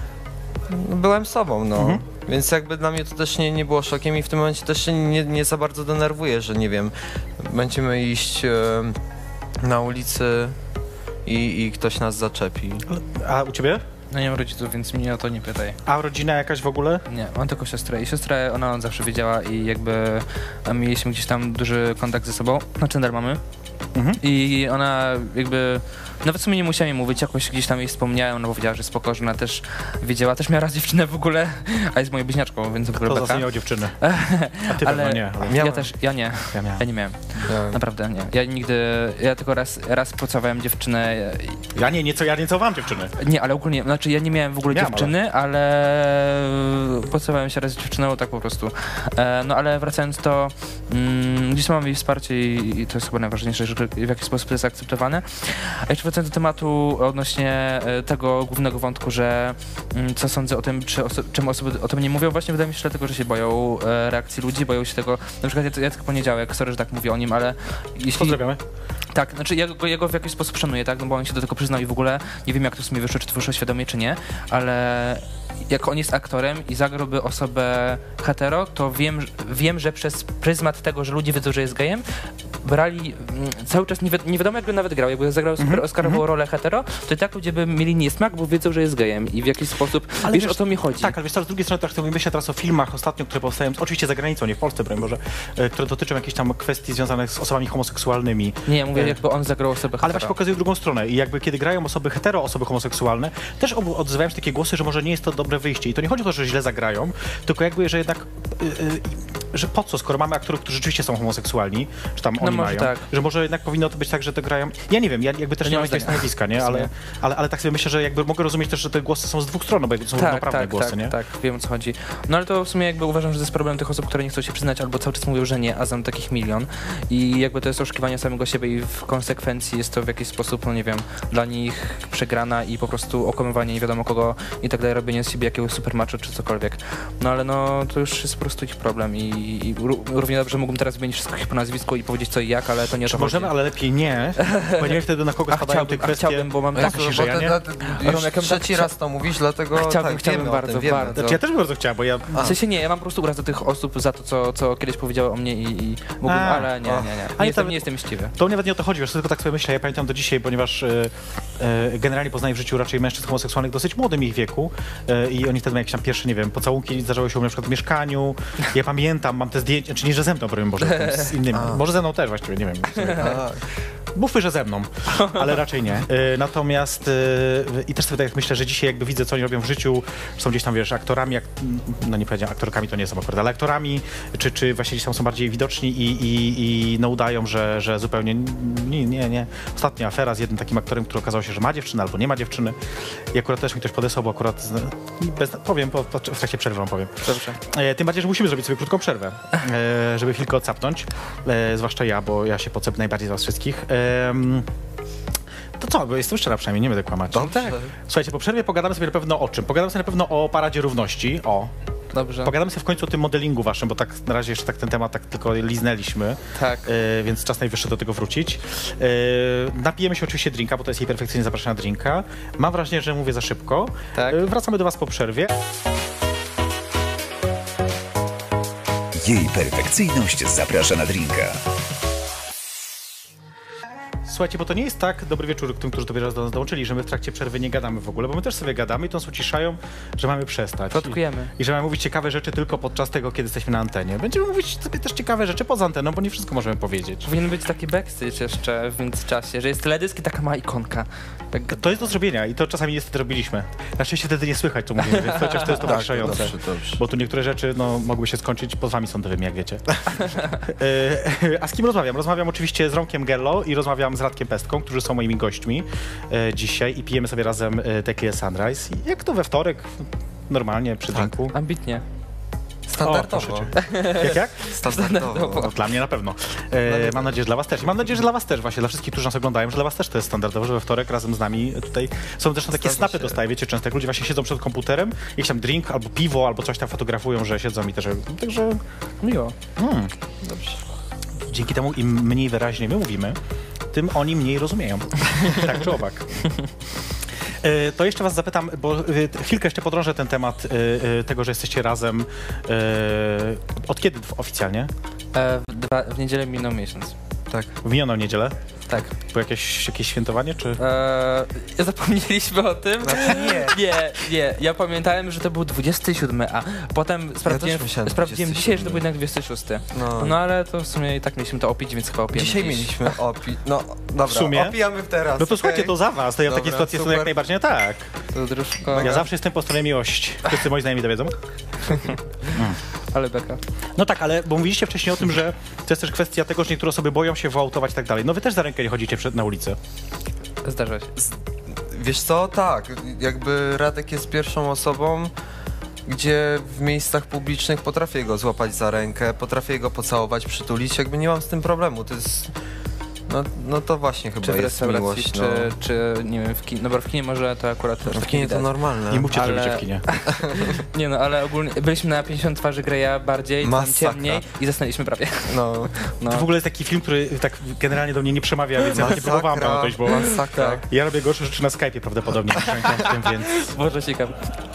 S2: byłem sobą, no. Mhm. Więc jakby dla mnie to też nie, nie było szokiem i w tym momencie też się nie, nie za bardzo denerwuję, że nie wiem, będziemy iść e, na ulicy i, i ktoś nas zaczepi.
S1: A u ciebie?
S3: No nie mam rodziców, więc mnie o to nie pytaj.
S1: A rodzina jakaś w ogóle?
S3: Nie, mam tylko siostrę i siostrę ona zawsze wiedziała i jakby mieliśmy gdzieś tam duży kontakt ze sobą, znaczy nadal mamy. Mhm. I ona jakby, nawet w sumie nie musiała mi mówić, jakoś gdzieś tam jej wspomniałem, ona powiedziała, że spoko, że ona też wiedziała, też miała raz dziewczynę w ogóle, a jest moją bliźniaczką, więc w ogóle
S1: beka. Kto miał dziewczynę? A ty
S3: ale
S1: nie. Ale
S3: ja też, ja nie,
S1: ja,
S3: ja nie miałem, miałem. Naprawdę nie. Ja nigdy, ja tylko raz, raz pocałowałem dziewczynę.
S1: Ja nie, nieco, ja nie całowałem dziewczynę.
S3: Nie, ale ogólnie, znaczy ja nie miałem w ogóle
S1: miałem,
S3: dziewczyny, ale, ale pocałowałem się raz z dziewczyną, tak po prostu. E, no ale wracając to, mm, gdzieś mam jej wsparcie i, i to jest chyba najważniejsze, że w jaki sposób to jest akceptowane. A jeszcze wracając do tematu odnośnie tego głównego wątku, że mm, co sądzę o tym, czy oso czemu osoby o tym nie mówią, właśnie wydaje mi się dlatego, że się boją e, reakcji ludzi, boją się tego, na przykład ja, ja tylko poniedziałek, sorry, że tak mówię o nim, ale jeśli...
S1: Pozdrawiamy.
S3: Tak, znaczy ja go, ja go w jakiś sposób szanuję, tak, no bo on się do tego przyznał i w ogóle nie wiem jak to w sumie wyszło, czy to wyszło świadomie, czy nie, ale jak on jest aktorem i zagrałby osobę hetero, to wiem, wiem, że przez pryzmat tego, że ludzie wiedzą, że jest gejem, brali mm, cały czas, nie, wi nie wiadomo jakby nawet grał, jakby zagrał super mm -hmm. oscarową rolę hetero, to i tak ludzie by mieli niesmak, bo wiedzą, że jest gejem i w jakiś sposób, ale wiesz, wiesz o to mi chodzi.
S1: Tak, ale wiesz co, z drugiej strony też myślę teraz o filmach ostatnio, które powstają, oczywiście za granicą, nie w Polsce, broń Boże, e, które dotyczą jakichś tam kwestii związanych z osobami homoseksualnymi.
S3: Nie, ja mówię, e, jakby on zagrał osobę hetero.
S1: Ale właśnie pokazują drugą stronę i jakby kiedy grają osoby hetero, osoby homoseksualne, też odzywają się takie głosy, że może nie jest to dobre wyjście i to nie chodzi o to, że źle zagrają, tylko jakby, że jednak, yy, yy, że po co, skoro mamy aktorów, którzy rzeczywiście są homoseksualni, czy tam
S3: no
S1: oni mają,
S3: tak.
S1: że może jednak powinno to być tak, że to grają, ja nie wiem, ja jakby też to nie mam jakiegoś stanowiska, nie, ale, ale, ale tak sobie myślę, że jakby mogę rozumieć też, że te głosy są z dwóch stron, bo jakby są
S3: tak,
S1: równopravne
S3: tak,
S1: głosy,
S3: tak,
S1: nie?
S3: Tak, wiem o co chodzi. No ale to w sumie jakby uważam, że to jest problem tych osób, które nie chcą się przyznać albo cały czas mówią, że nie, a znam takich milion i jakby to jest oszukiwanie samego siebie i w konsekwencji jest to w jakiś sposób, no nie wiem, dla nich przegrana i po prostu okłamywanie nie wiadomo kogo i tak dalej, robienie z siebie jakiegoś supermacho czy cokolwiek. No ale no to już jest po prostu ich problem i, i równie dobrze mógłbym teraz wymienić wszystkich po nazwisku i powiedzieć co i jak, ale to nie o to chodzi.
S1: Możemy, ale lepiej nie, bo nie wiem wtedy na kogo spadają te kwestie.
S3: Chciałbym, bo mam
S2: tak,
S3: tak,
S2: że ja nie? Już trzeci raz to mówisz, dlatego
S3: chciałbym,
S2: tak,
S3: chciałbym
S2: wiemy
S3: bardzo,
S2: o tym, wiemy.
S3: bardzo.
S1: Znaczy, ja też bym bardzo chciał, bo ja...
S3: W sensie nie, ja mam po prostu uraz do tych osób za to, co, co kiedyś powiedziały o mnie i, i mógłbym,
S1: A,
S3: ale nie, nie, nie. Nie,
S1: nie
S3: jestem,
S1: to,
S3: nie jestem mściwy.
S1: To nawet nie o to chodzi, wiesz, tylko tak sobie myślę, ja pamiętam do dzisiaj, ponieważ e, e, generalnie poznaję w życiu raczej mężczyzn homoseksualnych w dosyć młodym ich wieku e, i oni wtedy mają jakieś tam pierwsze, nie wiem, pocałunki zdarzały się u mnie na przykład w mieszkaniu. Ja pamiętam, mam te zdjęcia, czy nie, że ze mną, broń Boże, z innymi.
S2: A.
S1: Może ze mną też właściwie, nie wiem. Mówmy, że ze mną, ale raczej nie. E, natomiast e, i też sobie tak myślę, że dzisiaj jakby widzę, co oni robią w życiu, są gdzieś tam, wiesz, aktorami, jak, no nie powiedziałem, aktorkami to nie są akurat, ale aktorami, czy, czy właśnie gdzieś tam są bardziej widoczni i, i, i no udają, że, że zupełnie nie, nie, nie. Ostatnia afera z jednym takim aktorem, który okazało się, że ma dziewczynę albo nie ma dziewczyny i akurat też mi ktoś podesłał, bo akurat, z, bez, powiem, po, po, w trakcie przerwy wam powiem.
S3: Dobrze.
S1: E, tym bardziej, że musimy zrobić sobie krótką przerwę, e, żeby chwilkę odsapnąć, e, zwłaszcza ja, bo ja się pocep najbardziej z was wszystkich. E, To co, bo jestem szczera przynajmniej, nie będę kłamać.
S2: Dobrze.
S1: Słuchajcie, po przerwie pogadamy sobie na pewno o czym? Pogadamy sobie na pewno o Paradzie Równości, o.
S3: Dobrze.
S1: Pogadamy sobie w końcu o tym modelingu waszym, bo tak na razie jeszcze tak ten temat tak tylko liznęliśmy,
S3: Tak.
S1: e, więc czas najwyższy do tego wrócić. E, napijemy się oczywiście drinka, bo to jest jej perfekcyjnie zapraszana drinka. Mam wrażenie, że mówię za szybko.
S3: Tak.
S1: E, wracamy do was po przerwie.
S4: Jej perfekcyjność zaprasza na drinka.
S1: Słuchajcie, bo to nie jest tak, dobry wieczór tym, którzy dopiero do nas dołączyli, że my w trakcie przerwy nie gadamy w ogóle, bo my też sobie gadamy i to nas uciszają, że mamy przestać.
S3: Plotkujemy.
S1: I, I że mamy mówić ciekawe rzeczy tylko podczas tego, kiedy jesteśmy na antenie. Będziemy mówić sobie też ciekawe rzeczy poza anteną, bo nie wszystko możemy powiedzieć.
S3: Powinien być taki backstage jeszcze w międzyczasie, że jest teledysk i taka mała ikonka. Tak,
S1: To jest do zrobienia i to czasami niestety robiliśmy. Na szczęście wtedy nie słychać, co mówimy, więc chociaż to jest towarzyszające.
S2: dobrze, dobrze.
S1: Bo tu niektóre rzeczy no, mogły się skończyć pozwami sądowymi, jak wiecie. E, A z kim rozmawiam? Rozmawiam oczywiście z Romkiem Gerlo i rozmawiam z Radkiem Pestką, którzy są moimi gośćmi e, dzisiaj i pijemy sobie razem e, Tequila Sunrise. I jak to we wtorek, normalnie, przy drinku.
S3: ambitnie.
S2: Standardowo.
S1: O, jak, jak?
S2: Standardowo.
S1: No, dla mnie na pewno. E, mam nadzieję, że dla was też. I mam nadzieję, że dla was też, właśnie dla wszystkich, którzy nas oglądają, że dla was też to jest standardowo, że we wtorek razem z nami tutaj są też takie
S2: Zgadza
S1: snapy
S2: się.
S1: dostaję, wiecie, często jak ludzie właśnie siedzą przed komputerem, jakiś tam drink albo piwo, albo coś tam fotografują, że siedzą i też, także
S3: Miło.
S1: hmm,
S3: Dobrze.
S1: dzięki temu im mniej wyraźnie my mówimy, tym oni mniej rozumieją. Tak czy owak. E, To jeszcze was zapytam, bo e, chwilkę jeszcze podrążę ten temat e, e, tego, że jesteście razem. E, Od kiedy oficjalnie?
S3: E, w, dwa, w niedzielę minął miesiąc.
S2: Tak.
S1: W minioną niedzielę?
S3: Tak.
S1: Było jakieś, jakieś świętowanie, czy?
S3: E, zapomnieliśmy o tym? nie. Nie, nie. Ja pamiętałem, że to był dwudziesty siódmy, a potem sprawdziłem,
S2: myślałem
S3: sprawdziłem dzisiaj, że to był jednak dwudziesty szósty.
S2: No.
S3: No ale to w sumie i tak mieliśmy to opić, więc chyba opijemy
S2: Dzisiaj
S3: dziś.
S2: mieliśmy opi... No, dobra,
S1: W sumie?
S2: opijamy teraz.
S1: No to
S2: okej?
S1: słuchajcie, to za was, to ja w
S2: Dobra,
S1: takiej sytuacji jestem
S2: super.
S1: jak najbardziej tak.
S3: To drużko,
S1: Ja zawsze jestem po stronie miłości. Wszyscy moi znajomi to wiedzą.
S3: ale beka.
S1: No tak, ale bo mówiliście wcześniej o tym, że to jest też kwestia tego, że niektóre osoby boją się wyautować i tak dalej. No wy też za rękę nie chodzicie przed, na ulicę.
S3: Zdarza się.
S2: Wiesz co, tak, jakby Radek jest pierwszą osobą, gdzie w miejscach publicznych potrafię go złapać za rękę, potrafię go pocałować, przytulić, jakby nie mam z tym problemu, to jest... No, no to właśnie chyba
S3: Czy w
S2: jest
S3: restauracji,
S2: miłość,
S3: czy,
S2: no.
S3: czy nie wiem, w kinie. No bo w kinie może to akurat też
S2: No w
S3: tak
S2: kinie to
S3: widać.
S2: normalne.
S1: Nie mówcie,
S3: Ale-
S1: że lubicie w kinie.
S3: Nie no, ale ogólnie byliśmy na pięćdziesiąt twarzy Greya bardziej, tam
S2: Masakra.
S3: ciemniej i zasnęliśmy prawie.
S2: No,
S3: No.
S1: To w ogóle jest taki film, który tak generalnie do mnie nie przemawia, więc ja nie próbowałem tam dojść, bo
S2: masakra.
S1: ja robię gorsze rzeczy na Skype'ie prawdopodobnie, niż ręką w tym, więc
S3: Może ciekawe.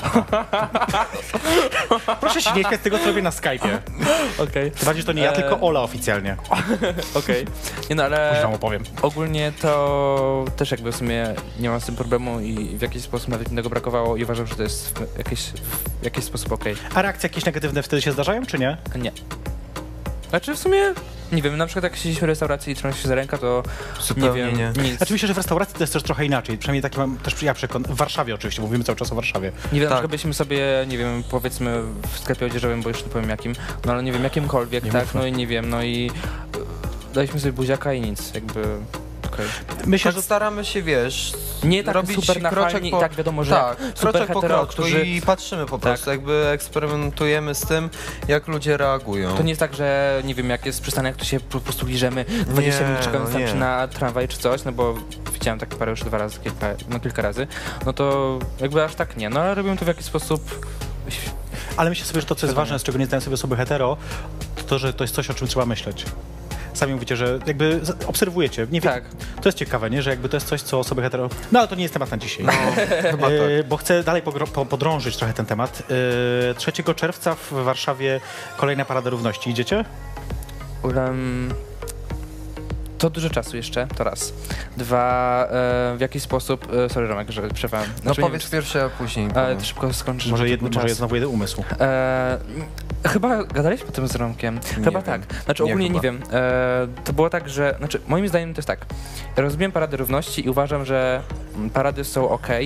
S1: proszę się nie śmiać z tego, co robię na Skype'ie.
S3: Okej.
S1: Tym bardziej, że to nie ja,
S3: Eee.
S1: tylko Ola oficjalnie.
S3: Okej. Nie no,
S1: Później
S3: ale
S1: wam opowiem.
S3: ogólnie to też jakby w sumie nie mam z tym problemu i w jakiś sposób nawet mi tego brakowało i uważam, że to jest w jakiś, w jakiś sposób okej.
S1: A reakcje jakieś negatywne wtedy się zdarzają, czy nie?
S3: A nie. Znaczy w sumie, nie wiem, na przykład jak siedzieliśmy w restauracji i trzymaliśmy się za rękę, to
S2: Zupełnie
S3: nie wiem,
S2: nie.
S3: nic.
S1: Znaczy myślę, że w restauracji to jest też trochę inaczej. Przynajmniej taki mam też ja przekonany. W Warszawie oczywiście, mówimy cały czas o Warszawie.
S3: Nie wiem, na
S2: Tak.
S3: przykład byliśmy sobie, nie wiem, powiedzmy w sklepie odzieżowym, bo już nie powiem jakim, no ale nie wiem, jakimkolwiek,
S1: Nie
S3: tak,
S1: mówmy.
S3: no i nie wiem, no i e, daliśmy sobie buziaka i nic, jakby, okej.
S1: Myślę,
S2: Tak
S1: że
S2: staramy się, wiesz,
S3: Nie tak
S2: robić
S3: super
S2: kroczek
S3: nachalnie
S2: po...
S3: i tak wiadomo, że
S2: Tak,
S3: super
S2: kroczek po
S3: hetero,
S2: kroczku
S3: którzy...
S2: i patrzymy po
S3: Tak.
S2: prostu, jakby eksperymentujemy z tym, jak ludzie reagują.
S3: To nie jest tak, że nie wiem, jak jest przystanek, to się po prostu liżemy dwadzieścia
S2: Nie,
S3: minut czekając
S2: no
S3: tam
S2: nie.
S3: czy na tramwaj czy coś, no bo widziałem tak parę już dwa razy, kilka, no kilka razy, no to jakby aż tak nie, no ale robią to w jakiś sposób...
S1: ale myślę sobie, że to, co jest ważne, z czego nie zdają sobie osoby hetero, to to, że to jest coś, o czym trzeba myśleć. Sami mówicie, że jakby z- obserwujecie. Nie wiem,
S3: Tak.
S1: to jest ciekawe, nie? Że jakby to jest coś, co osoby hetero... No ale to nie jest temat na dzisiaj.
S2: No, chyba tak.
S1: E, bo chcę dalej pogro- po, podrążyć trochę ten temat. E, trzeciego czerwca w Warszawie kolejna Parada Równości. Idziecie?
S3: Um, to dużo czasu jeszcze, to raz. Dwa, e, w jaki sposób... E, sorry Romek, że przerwałem.
S2: No
S3: Znaczy, nie
S2: powiedz
S3: wiem,
S2: pierwsze, a później
S3: czy-
S2: powiem.
S3: Ale to szybko skończysz.
S1: Może,
S3: żeby
S1: jedno,
S3: był
S1: może
S3: czas.
S1: jest znowu jeden umysł.
S3: E, chyba gadaliśmy o tym z Romkiem. Chyba
S2: wiem.
S3: tak. Znaczy
S2: Nie
S3: ogólnie nie,
S2: chyba.
S3: wiem. E, to było tak, że... Znaczy moim zdaniem to jest tak. Rozumiem Parady Równości i uważam, że mm, parady są okej,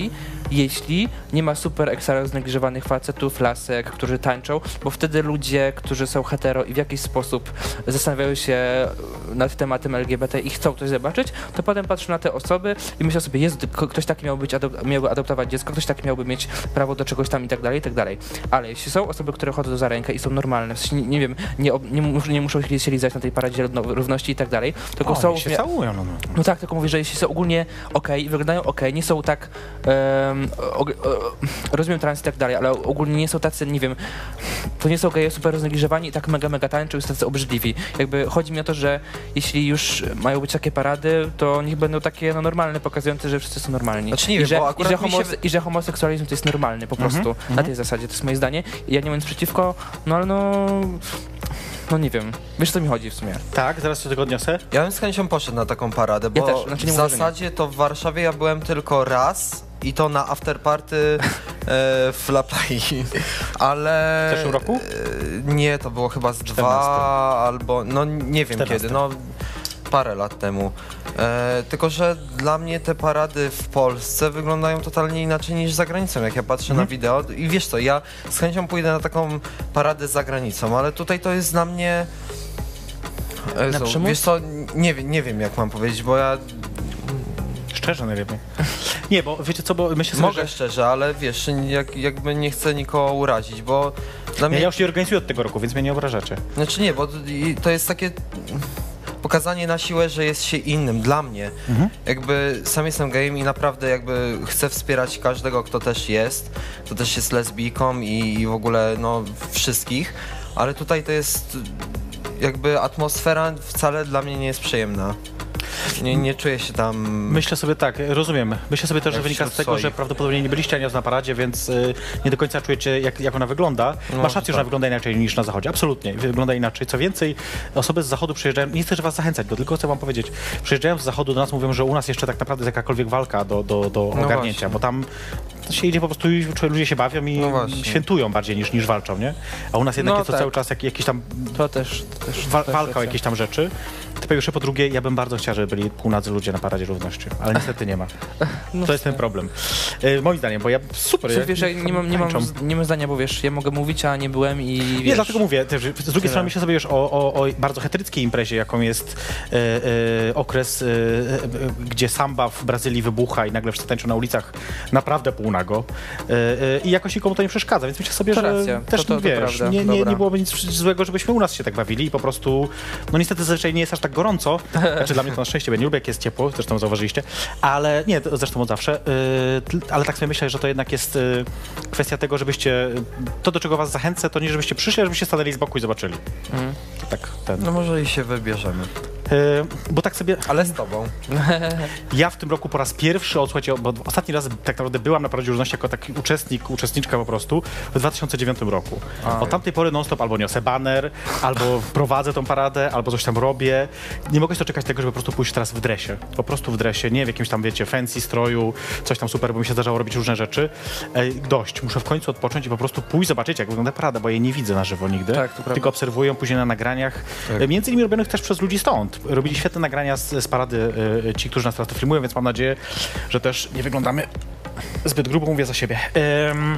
S3: jeśli nie ma super ekstra roznegliżowanych facetów, lasek, którzy tańczą, bo wtedy ludzie, którzy są hetero i w jakiś sposób zastanawiają się nad tematem L G B T i chcą coś zobaczyć, to potem patrzą na te osoby i myślą sobie, Jezu, ktoś taki miałby, być adop- miałby adoptować dziecko, ktoś taki miałby mieć prawo do czegoś tam i tak dalej, i tak dalej. Ale jeśli są osoby, które chodzą za rękę i są normalne, w sensie, nie, nie wiem, nie, nie, mus- nie muszą się lizać na tej paradzie równości i tak dalej, tylko
S1: O,
S3: są...
S1: się całują, no, no.
S3: No tak, tylko mówię, że jeśli są ogólnie okej, wyglądają okej, nie są tak, um, o, o, rozumiem trans i tak dalej, ale ogólnie nie są tacy, nie wiem, to nie są geje super roznegliżowani i tak mega, mega tańczą i są tacy obrzydliwi. Jakby chodzi mi o to, że jeśli już mają być takie parady, to niech będą takie no, normalne, pokazujące, że wszyscy są normalni.
S2: Znaczy nie
S3: I,
S2: wiem,
S3: że,
S2: bo
S3: i,
S2: akurat
S3: że
S2: mi się
S3: homose- I że homoseksualizm to jest normalny po prostu,
S1: Mhm,
S3: na
S1: mhm.
S3: tej zasadzie, to jest moje zdanie. I ja nie mam nic przeciwko, no ale no... No nie wiem, wiesz o co mi chodzi w sumie.
S1: Tak, zaraz się tego odniosę.
S2: Ja bym z chęcią poszedł na taką paradę, bo
S3: też, znaczy nie
S2: w
S3: mówię, że nie.
S2: zasadzie to w Warszawie ja byłem tylko raz i to na afterparty e, w La Playa, ale...
S1: W zeszłym roku?
S2: E, nie, to było chyba z dwa albo, no nie wiem
S1: czternastym.
S2: kiedy, no parę lat temu. E, tylko, że dla mnie te parady w Polsce wyglądają totalnie inaczej niż za granicą, jak ja patrzę
S1: Mhm.
S2: na wideo i wiesz co, ja z chęcią pójdę na taką paradę za granicą, ale tutaj to jest dla mnie... Jezu,
S3: przymus?
S2: wiesz co, nie, wiem- nie wiem jak mam powiedzieć, bo ja
S1: Szczerze najlepiej. Nie, bo wiecie co, bo myślę sobie,
S2: mogę
S1: że...
S2: szczerze, ale wiesz, jak, jakby nie chcę nikogo urazić, bo dla
S1: Ja,
S2: mnie...
S1: ja już nie organizuję od tego roku, więc mnie nie obrażacie.
S2: Znaczy nie, bo to- i to jest takie pokazanie na siłę, że jest się innym, dla mnie.
S1: Mhm.
S2: Jakby sam jestem gejem i naprawdę jakby chcę wspierać każdego, kto też jest, kto też jest lesbijką i, i w ogóle no wszystkich, ale tutaj to jest jakby atmosfera wcale dla mnie nie jest przyjemna. Nie, nie czuję się tam...
S1: Myślę sobie tak, rozumiem. Myślę sobie też, że
S2: Jak
S1: wynika z
S2: wśród
S1: tego, że
S2: swoich.
S1: prawdopodobnie nie byliście ani razu na paradzie, więc y, nie do końca czujecie, jak, jak ona wygląda.
S2: No,
S1: Masz rację,
S2: tak.
S1: że ona wygląda inaczej niż na zachodzie. Absolutnie, wygląda inaczej. Co więcej, osoby z zachodu przyjeżdżają, nie chcę was zachęcać, bo tylko chcę wam powiedzieć, przyjeżdżają z zachodu do nas, mówią, że u nas jeszcze tak naprawdę jest jakakolwiek walka do, do, do
S2: No
S1: ogarnięcia,
S2: właśnie.
S1: bo tam się idzie po prostu i ludzie się bawią i
S2: No właśnie.
S1: świętują bardziej niż, niż walczą, nie? A u nas jednak
S3: No
S1: jest to
S3: tak.
S1: cały czas jak, jakiś tam
S3: To też... To też
S1: wa-
S3: też
S1: walka o
S3: racja.
S1: jakieś tam rzeczy. To po pierwsze, po drugie, ja bym bardzo chciał, żeby byli półnadzy ludzie na paradzie równości, ale niestety nie ma.
S3: No
S1: To jest ten problem. E, moim zdaniem, bo ja super.
S3: Czy wiesz, ja nie mam, nie, mam,
S1: tańczą.
S3: nie mam zdania, bo wiesz, ja mogę mówić, a nie byłem i wiesz...
S1: Nie, dlatego mówię, też, z drugiej
S3: Tyle.
S1: strony myślę sobie już o, o, o bardzo heteryckiej imprezie, jaką jest e, e, okres, e, e, gdzie samba w Brazylii wybucha i nagle wszyscy tańczą na ulicach naprawdę półnago e, e, i jakoś nikomu to nie przeszkadza, więc myślę sobie,
S3: To
S1: że
S3: racja.
S1: też
S3: To- to- to
S1: wiesz,
S3: prawda.
S1: nie, nie,
S3: Dobra.
S1: nie byłoby nic złego, żebyśmy u nas się tak bawili i po prostu, no niestety zazwyczaj nie jest aż tak gorąco, znaczy dla mnie to na szczęście, bo ja nie lubię jak jest ciepło, zresztą zauważyliście, ale nie, to zresztą od zawsze, e, tl- ale tak sobie myślę, że to jednak jest e, kwestia tego, żebyście, to do czego was zachęcę, to nie żebyście przyszli, a żebyście stanęli z boku i zobaczyli.
S3: Mhm.
S1: To tak, ten.
S2: No może i się wybierzemy,
S1: E, bo tak sobie,
S2: ale z tobą.
S1: ja w tym roku po raz pierwszy, o, słuchajcie, bo ostatni raz tak naprawdę byłam na Paradzie Równości jako taki uczestnik, uczestniczka po prostu w dwa tysiące dziewiątym roku. Od tamtej pory non-stop albo niosę baner, albo prowadzę tą paradę, albo coś tam robię. Nie mogę się doczekać tego, żeby po prostu pójść teraz w dresie. Po prostu w dresie, nie w jakimś tam, wiecie, fancy stroju, coś tam super, bo mi się zdarzało robić różne rzeczy. E, dość, muszę w końcu odpocząć i po prostu pójść zobaczyć, jak wygląda parada, bo jej nie widzę na żywo nigdy.
S3: Tak, to prawda.
S1: Tylko obserwuję ją później na nagraniach,
S2: Tak.
S1: e, między innymi robionych też przez ludzi stąd. Robili świetne nagrania z, z parady e, ci, którzy nas teraz to filmują, więc mam nadzieję, że też nie wyglądamy zbyt grubo, mówię za siebie. Em,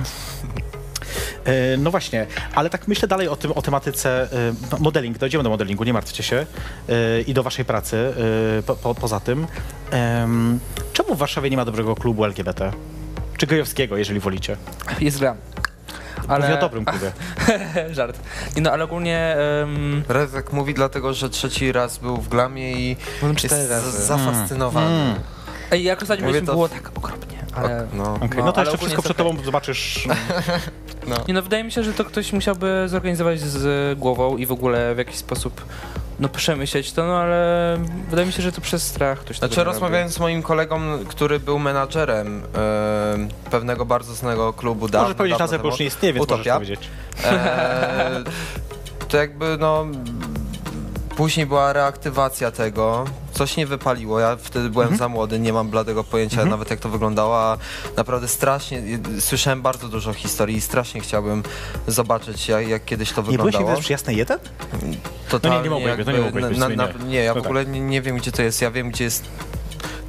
S1: e, no właśnie, ale tak myślę dalej o tym, o tematyce e, modeling, dojdziemy do modelingu, nie martwcie się, e, i do waszej pracy e, po, po, poza tym. Em, czemu w Warszawie nie ma dobrego klubu L G B T? Czy gejowskiego, jeżeli wolicie?
S3: Jest gra.
S1: Ale... Mówię
S3: Ale...
S1: o dobrym klubie.
S3: Żart. Nie, no ale ogólnie... Um,
S2: Rezek mówi dlatego, że trzeci raz był w Glamie i
S3: byłem
S2: jest
S3: cztery razy.
S2: z- zafascynowany.
S1: Mm.
S3: Ej, jak ostatnio
S2: Mówię
S3: byliśmy,
S2: to-
S3: było tak okropnie, ale...
S2: No.
S1: Okej,
S3: No,
S1: no to
S3: ale
S1: jeszcze
S3: ogólnie
S1: wszystko
S3: jest
S1: przed
S3: okej.
S1: tobą zobaczysz.
S3: Nie no, wydaje mi się, że to ktoś musiałby zorganizować z głową i w ogóle w jakiś sposób no przemyśleć to, no ale wydaje mi się, że to przez strach ktoś tego
S2: Znaczy
S3: nie
S2: rozmawiając z moim kolegą, który był menadżerem e, pewnego bardzo znanego klubu dawno,
S1: Możesz powiedzieć
S2: dawno
S1: nazwę, bo już
S2: temu,
S1: nie istnieje, więc
S2: Utopia.
S1: możesz powiedzieć.
S2: E, to jakby no później była reaktywacja tego, coś nie wypaliło, ja wtedy byłem
S1: Mhm.
S2: za młody, nie mam bladego pojęcia
S1: Mhm.
S2: nawet jak to wyglądało, a naprawdę strasznie, słyszałem bardzo dużo historii i strasznie chciałbym zobaczyć jak, jak kiedyś to
S1: Nie byłeś
S2: wyglądało.
S1: nigdy przy Jasnej jeden?
S2: Totalnie
S1: No nie, nie mogłeś być, no nie
S2: jakby
S1: mogłeś być, w
S2: na,
S1: sumie
S2: na,
S1: nie.
S2: nie, ja w
S1: No tak.
S2: ogóle nie, nie wiem gdzie to jest, ja wiem gdzie jest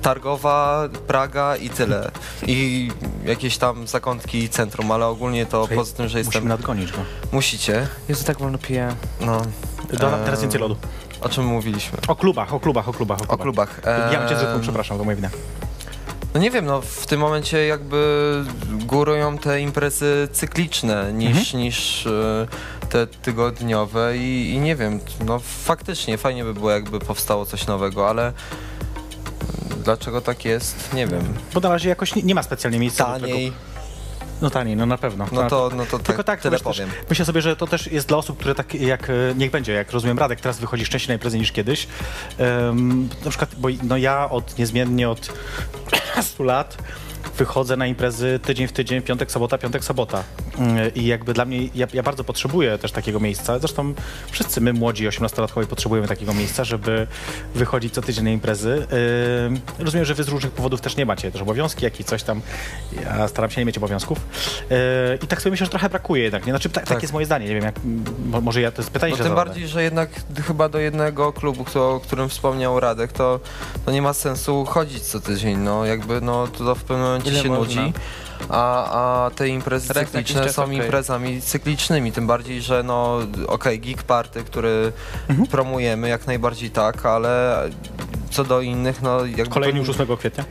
S2: Targowa, Praga i tyle. I jakieś tam zakątki centrum, ale ogólnie to
S1: Słuchaj,
S2: poza tym, że jestem...
S1: Musimy nadgonić go.
S2: Musicie.
S3: Jezu, tak wolno piję.
S2: No.
S1: Dodam
S2: Eee,
S1: teraz więcej lodu.
S2: O czym mówiliśmy?
S1: O klubach, o klubach, o klubach. O
S2: O
S1: klubach.
S2: klubach.
S1: Ja cię
S2: Eee,
S1: przepraszam, to moja wina.
S2: No nie wiem, no w tym momencie jakby górują te imprezy cykliczne niż,
S1: Mhm.
S2: niż e, te tygodniowe i, i nie wiem, no faktycznie fajnie by było jakby powstało coś nowego, ale dlaczego tak jest, nie wiem.
S1: Bo na razie jakoś nie, nie ma specjalnie miejsca do
S2: Taniej,
S1: tego. No taniej, no na pewno.
S2: no to, no to
S1: Tylko
S2: tak,
S1: tak,
S2: tyle
S1: wiesz, też,
S2: powiem.
S1: myślę sobie, że to też jest dla osób, które tak jak, e, niech będzie, jak rozumiem Radek, teraz wychodzi szczęście na imprezy niż kiedyś. Um, na przykład, bo no ja od niezmiennie od stu lat wychodzę na imprezy tydzień w tydzień, piątek, sobota, piątek, sobota. Yy, I jakby dla mnie, ja, ja bardzo potrzebuję też takiego miejsca. Zresztą wszyscy my, młodzi osiemnastolatkowie, potrzebujemy takiego miejsca, żeby wychodzić co tydzień na imprezy. Yy, rozumiem, że wy z różnych powodów też nie macie też obowiązki, jak i coś tam. Ja staram się nie mieć obowiązków. Yy, I tak sobie myślę, że trochę brakuje jednak, nie? Znaczy, tak, tak
S2: Tak.
S1: jest moje zdanie, nie wiem, jak, mo, może ja, to jest pytanie
S2: No
S1: źle
S2: tym
S1: zadane.
S2: bardziej, że jednak chyba do jednego klubu, kto, o którym wspomniał Radek, to, to nie ma sensu chodzić co tydzień, no jakby no to w pewnym momencie
S3: Ile
S2: się
S3: można?
S2: nudzi. A, a te imprezy
S3: Raz na jakiś
S2: cykliczne
S3: czas
S2: są
S3: okej.
S2: imprezami cyklicznymi, tym bardziej, że no okej, okay, Geek Party, który
S1: Mhm.
S2: promujemy, jak najbardziej tak, ale co do innych, no jakby...
S1: Kolejny już ósmego kwietnia.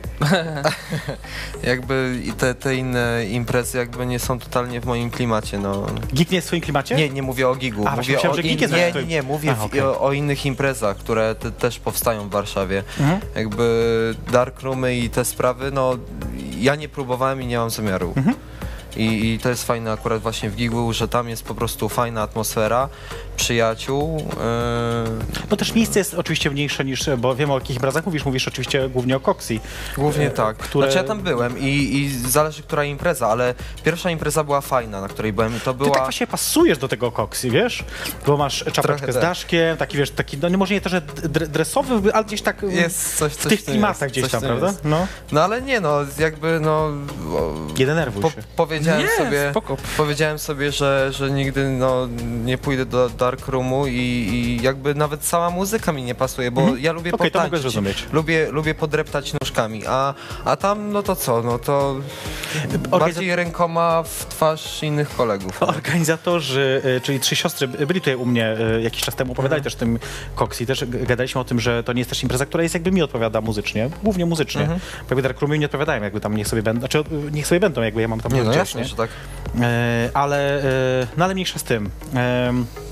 S2: Jakby i te, te inne imprezy jakby nie są totalnie w moim klimacie, no.
S1: Geek nie jest w swoim klimacie?
S2: Nie, nie mówię o gigu,
S1: A, właśnie
S2: mówię
S1: myślałem,
S2: o
S1: że Geek
S2: in...
S1: jest
S2: nie,
S1: w
S2: nie, nie, mówię
S1: Aha,
S2: w-
S1: okej.
S2: o, o innych imprezach, które te, też powstają w Warszawie.
S1: Mhm.
S2: Jakby dark roomy i te sprawy, no ja nie próbowałem i nie mam zamiaru.
S1: Mhm.
S2: I, I to jest fajne akurat właśnie w gigu, że tam jest po prostu fajna atmosfera, przyjaciół. Yy,
S1: No też miejsce jest oczywiście mniejsze niż, bo wiem o jakich imprezach mówisz, mówisz oczywiście głównie o Coxie.
S2: Głównie
S1: E,
S2: tak.
S1: które-
S2: Znaczy ja tam byłem i, i zależy, która impreza, ale pierwsza impreza była fajna, na której byłem i to
S1: Ty
S2: była...
S1: tak właśnie pasujesz do tego Coxie, wiesz? Bo masz czapeczkę
S2: Trochę
S1: z
S2: tak.
S1: daszkiem, taki wiesz, taki, no nie może nie to, że dre- dresowy, ale gdzieś tak
S2: Jest coś,
S1: w
S2: coś
S1: tych
S2: w tym
S1: klimatach
S2: jest,
S1: gdzieś
S2: coś
S1: tam,
S2: w tym
S1: prawda?
S2: jest.
S1: No,
S2: No ale nie no, jakby no... o,
S1: nie denerwuj
S2: Po,
S1: się.
S2: powiedziałem
S3: Nie,
S2: sobie,
S3: spoko.
S2: powiedziałem sobie, że, że nigdy no, nie pójdę do dark roomu i, i jakby nawet cała muzyka mi nie pasuje, bo
S1: Mhm.
S2: ja lubię
S1: Okej, to mogę
S2: potańczyć,
S1: zrozumieć.
S2: lubię, lubię podreptać nóżkami, a, a tam no to co, no to bardziej rękoma w twarz innych kolegów. no.
S1: Organizatorzy, y, czyli trzy siostry, y, byli tutaj u mnie y, jakiś czas temu, opowiadali
S2: Mhm.
S1: też o tym Coxie, też g- gadaliśmy o tym, że to nie jest też impreza, która jest jakby mi odpowiada muzycznie, głównie muzycznie.
S2: Mhm.
S1: Bo jakby Dark Roomy nie odpowiadają, jakby tam niech sobie będą, znaczy y, niech sobie będą, jakby ja mam tam
S2: Nie no
S1: gdzieś,
S2: jasne,
S1: nie?
S2: że tak.
S1: E, ale, e, no ale mniejsza z tym. E,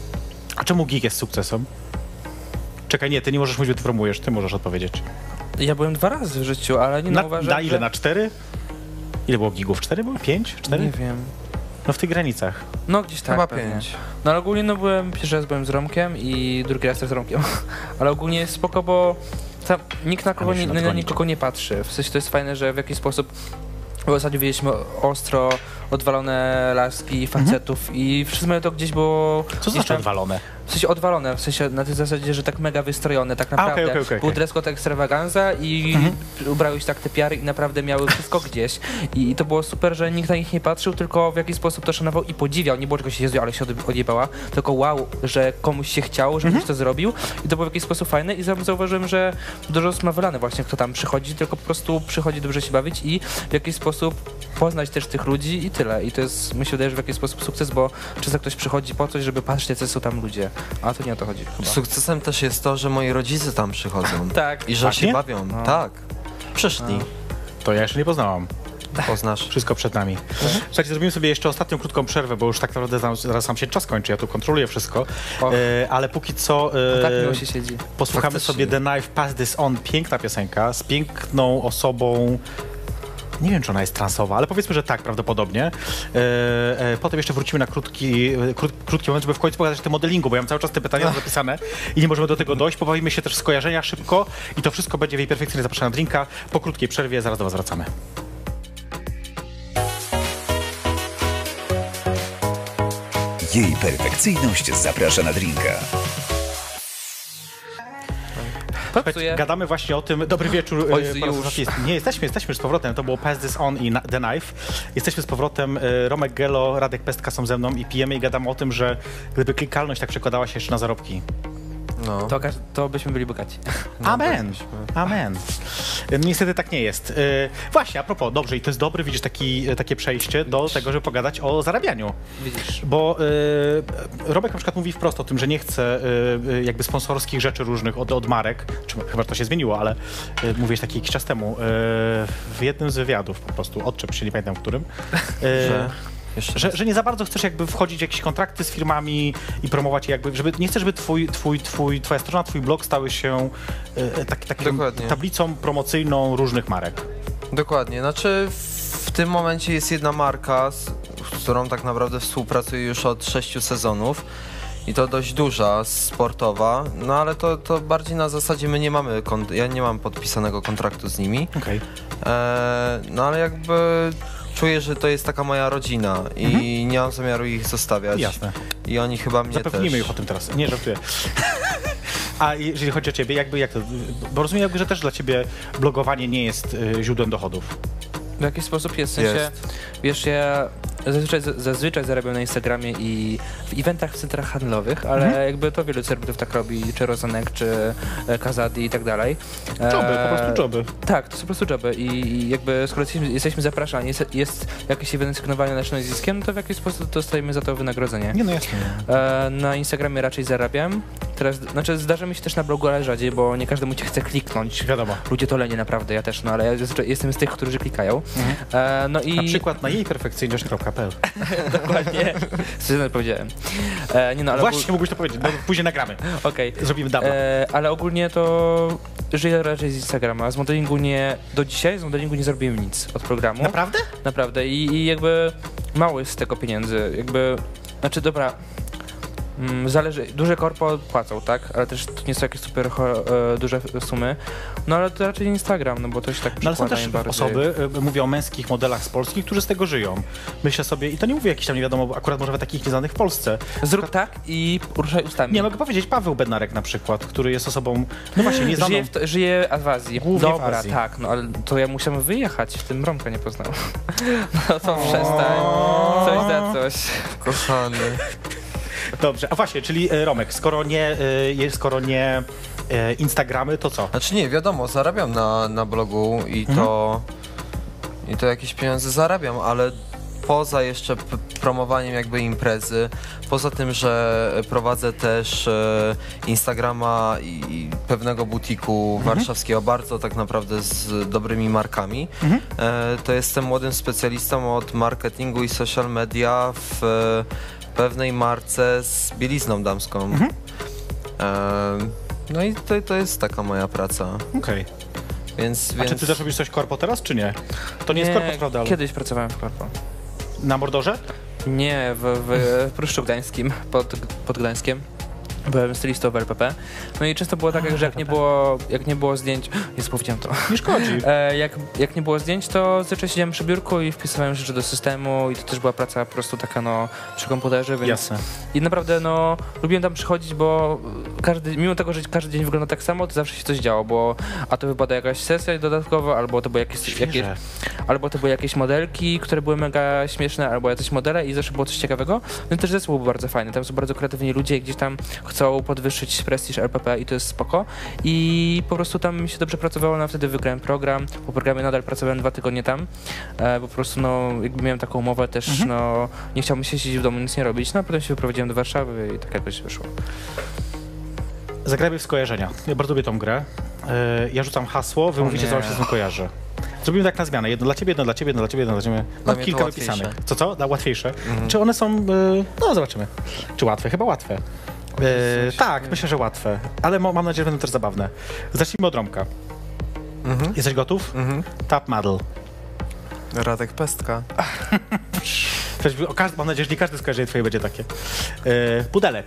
S1: a czemu Geek jest sukcesem? Czekaj, nie, ty nie możesz mówić, że ty promujesz, ty możesz odpowiedzieć.
S3: Ja byłem dwa razy w życiu, ale nie
S1: Na,
S3: no, uważam,
S1: na ile?
S3: że...
S1: Na cztery? Ile było gigów? Cztery było? Pięć? Cztery?
S3: Nie wiem.
S1: No w tych granicach.
S3: No gdzieś tak
S2: Chyba
S3: pewnie.
S2: pięć.
S3: No ale ogólnie no byłem, pierwszy raz byłem z Romkiem i drugi raz też z Romkiem. Ale ogólnie jest spoko, bo tam nikt na, kogo
S1: Ale się
S3: nie, na
S1: nadgonić.
S3: nikogo nie patrzy. W sensie to jest fajne, że w jakiś sposób w ostatnio widzieliśmy ostro odwalone laski, facetów i wszystko to gdzieś było...
S1: Co to
S3: gdzieś
S1: znaczy
S3: tam-
S1: odwalone?
S3: W sensie odwalone, w sensie na tej zasadzie, że tak mega wystrojone, tak naprawdę.
S1: okej, okej, okej,
S3: Był
S1: okej.
S3: dress code extravaganza i
S1: Mhm.
S3: ubrały się tak te piary i naprawdę miały wszystko gdzieś. I, I to było super, że nikt na nich nie patrzył, tylko w jakiś sposób to szanował i podziwiał. Nie było czegoś, Jezu, ale się od- odjebała, tylko wow, że komuś się chciało, żeby ktoś to zrobił i to było w jakiś sposób fajne i zau- zauważyłem, że dużo osób ma wylane właśnie, kto tam przychodzi, tylko po prostu przychodzi dobrze się bawić i w jakiś sposób poznać też tych ludzi i tyle. I to jest, mi się wydaje, że w jakiś sposób sukces, bo często ktoś przychodzi po coś, żeby patrzeć, jacy są tam ludzie, a to nie o to chodzi chyba.
S2: Sukcesem też jest to, że moi rodzice tam przychodzą
S3: Tak.
S2: i że
S1: Właśnie?
S2: się bawią.
S3: No.
S2: Tak. Przyszli.
S1: To ja jeszcze nie poznałam.
S2: Poznasz.
S1: Wszystko przed nami. Słuchajcie, zrobimy sobie jeszcze ostatnią krótką przerwę, bo już tak naprawdę zaraz, zaraz sam się czas kończy, ja tu kontroluję wszystko.
S3: Och.
S1: E, ale póki co e,
S3: Tak miło się siedzi.
S1: posłuchamy
S2: Faktycznie.
S1: sobie The Knife Pass This On. Piękna piosenka z piękną osobą. Nie wiem, czy ona jest transowa, ale powiedzmy, że tak prawdopodobnie. E, e, potem jeszcze wrócimy na krótki, e, krót, krótki moment, żeby w końcu pokazać te modelingu, bo ja mam cały czas te pytania mam zapisane i nie możemy do tego dojść. Pobawimy się też w skojarzenia szybko i to wszystko będzie w jej perfekcyjnie zapraszana drinka. Po krótkiej przerwie zaraz do was wracamy.
S4: Jej perfekcyjność zaprasza na drinka.
S3: Pracuję.
S1: Gadamy właśnie o tym. Dobry wieczór.
S2: Oj,
S1: e, po raz
S2: już.
S1: ostatni. Nie, jesteśmy, jesteśmy już z powrotem. To było Pass This On i na- The Knife. Jesteśmy z powrotem. e, Romek Gelo, Radek Pestka są ze mną i pijemy i gadamy o tym, że gdyby klikalność tak przekładała się jeszcze na zarobki.
S2: No.
S3: to, każ- to byśmy byli bogaci.
S1: Amen. Amen. Niestety tak nie jest. Yy, właśnie, a propos, dobrze, i to jest dobry, widzisz, taki, takie przejście do tego, żeby pogadać o zarabianiu.
S3: Widzisz.
S1: Bo yy, Robek na przykład mówi wprost o tym, że nie chce yy, jakby sponsorskich rzeczy różnych od, od marek, czy chyba to się zmieniło, ale yy, mówiłeś taki jakiś czas temu, yy, w jednym z wywiadów po prostu, odczep się, nie pamiętam w którym, yy,
S2: Że? Jeszcze
S1: że, że nie za bardzo chcesz jakby wchodzić w jakieś kontrakty z firmami i promować je jakby, żeby nie chcesz, żeby twój, twój, twój, twoja strona, twój blog stały się yy, tak, taką
S2: Dokładnie.
S1: tablicą promocyjną różnych marek.
S2: Dokładnie, znaczy w tym momencie jest jedna marka, z, z którą tak naprawdę współpracuję już od sześciu sezonów i to dość duża, sportowa, no ale to, to bardziej na zasadzie my nie mamy, kont- ja nie mam podpisanego kontraktu z nimi,
S1: Okej.
S2: e, no ale jakby czuję, że to jest taka moja rodzina i
S1: Mhm.
S2: nie mam zamiaru ich zostawiać.
S1: Jasne.
S2: I oni chyba mnie
S1: Zapewnimy
S2: też.
S1: już o tym teraz. Nie, żartuję. A jeżeli chodzi o ciebie, jakby jak to, bo rozumiem jakby, że też dla ciebie blogowanie nie jest y, źródłem dochodów.
S3: W jakiś sposób jest, w sensie,
S2: Jest.
S3: wiesz, ja zazwyczaj, zazwyczaj zarabiam na Instagramie i w eventach w centrach handlowych, ale
S1: Mhm.
S3: jakby to wielu celebrytów tak robi, czy Rozanek, czy e, Kazadi i tak dalej. E,
S1: Joby, po prostu joby.
S3: Tak, to są po prostu joby i jakby skoro jesteśmy, jesteśmy zapraszani, jest, jest jakiś event sygnowany naszym nazwiskiem, no to w jakiś sposób dostajemy za to wynagrodzenie.
S1: Nie, no jasne.
S3: E, na Instagramie raczej zarabiam. Teraz, znaczy zdarza mi się też na blogu, ale rzadziej, bo nie każdemu cię chce kliknąć.
S1: Wiadomo.
S3: Ludzie to lenie naprawdę, ja też, no ale ja zazwyczaj jestem z tych, którzy klikają.
S1: Mhm.
S3: E, no i
S1: Na przykład na jej perfekcyjność kropka p l.
S3: dokładnie. Co powiedziałem. E, nie no, ale
S1: Właśnie mógłbyś to powiedzieć, no, później nagramy.
S3: ogól- okej.
S1: Zrobimy double.
S3: E, ale ogólnie to żyję raczej z Instagrama. Z modelingu nie, do dzisiaj z modelingu nie zrobiłem nic od programu.
S1: Naprawdę?
S3: Naprawdę. I, I jakby mało jest z tego pieniędzy. Jakby, znaczy dobra, mm, zależy, duże korpo płacą, tak? Ale też to nie są jakieś super cho- e, duże sumy. No ale to raczej Instagram, no bo to się tak
S1: No ale są
S3: przykłada
S1: też
S3: najbardziej.
S1: osoby, y, mówię o męskich modelach z Polski, którzy z tego żyją. Myślę sobie, i to nie mówię jakiś tam nie wiadomo, bo akurat może takich nieznanych w Polsce.
S3: Zrób tak i ruszaj ustami.
S1: Nie, mogę powiedzieć Paweł Bednarek na przykład, który jest osobą, no właśnie, nieznaną.
S3: Żyje w, to, żyje w Azji.
S1: Głównie w
S3: Dobra,
S1: Azji.
S3: tak, no ale to ja musiałem wyjechać, w tym Romka nie poznałem. No to przestań. Coś za coś.
S2: Kochany.
S1: Dobrze, a właśnie, czyli e, Romek, skoro nie, y, jest, skoro nie e, Instagramy, to co?
S2: Znaczy nie, wiadomo, zarabiam na, na blogu i to i to jakieś pieniądze zarabiam, ale poza jeszcze p- promowaniem jakby imprezy, poza tym, że prowadzę też e, Instagrama i, i pewnego butiku warszawskiego, bardzo tak naprawdę z dobrymi markami,
S1: Mhm.
S2: e, to jestem młodym specjalistą od marketingu i social media w e, pewnej marce z bielizną damską.
S1: Mhm.
S2: E, no i to, to jest taka moja praca.
S1: Okej.
S2: Więc,
S1: A
S2: więc...
S1: czy ty też robisz coś korpo teraz, czy nie? To nie, jest korpo, prawda? Ale...
S3: Kiedyś pracowałem w korpo.
S1: Na Mordorze?
S3: Nie, w, w, w Pruszczu Gdańskim, pod, pod Gdańskiem. Byłem stylistą w L P P. No i często było tak, że jak nie było, jak nie było zdjęć... Jest, powiedziałem to.
S1: Nie szkodzi.
S3: E, jak, jak nie było zdjęć, to zazwyczaj siedziałem przy biurku i wpisywałem rzeczy do systemu i to też była praca po prostu taka no przy komputerze, więc...
S1: Jasne.
S3: I naprawdę no lubiłem tam przychodzić, bo każdy, mimo tego, że każdy dzień wygląda tak samo, to zawsze się coś działo, bo a to wypada jakaś sesja dodatkowa, albo to były jakieś, jakieś,
S1: Świeże.
S3: albo to były jakieś modelki, które były mega śmieszne, albo jacyś modele i zawsze było coś ciekawego. No i też zespół był bardzo fajny, tam są bardzo kreatywni ludzie i gdzieś tam chcą podwyższyć prestiż L P P i to jest spoko. I po prostu tam mi się dobrze pracowało, no wtedy wygrałem program, po programie nadal pracowałem dwa tygodnie tam, e, po prostu no jakby miałem taką umowę też,
S1: Mhm.
S3: no nie chciałbym się siedzieć w domu, nic nie robić, no a potem się wyprowadziłem do Warszawy i tak jakoś wyszło.
S1: Zagrajmy w skojarzenia. Ja bardzo lubię tą grę. E, ja rzucam hasło, wy
S3: O
S1: mówicie, co wam
S3: nie.
S1: się z tym kojarzy. Zrobimy tak na zmianę. Jedno dla ciebie, jedno dla ciebie, jedno dla ciebie, jedno dla ciebie.
S2: Dla
S1: Mam
S2: mnie
S1: kilka
S2: to łatwiejsze.
S1: wypisanych. Co, co? Dla łatwiejsze.
S2: Mhm.
S1: Czy one są... E, no, zobaczymy. Czy łatwe? Chyba łatwe. E, tak, myślę, że łatwe. Ale mo- mam nadzieję, że będą też zabawne. Zacznijmy od Romka.
S2: Mhm.
S1: Jesteś gotów?
S2: Mhm.
S1: Top model.
S2: Radek Pestka.
S1: Też, o, każdy, mam nadzieję, że nie każde skojarzenie twoje będzie takie. E, pudelek.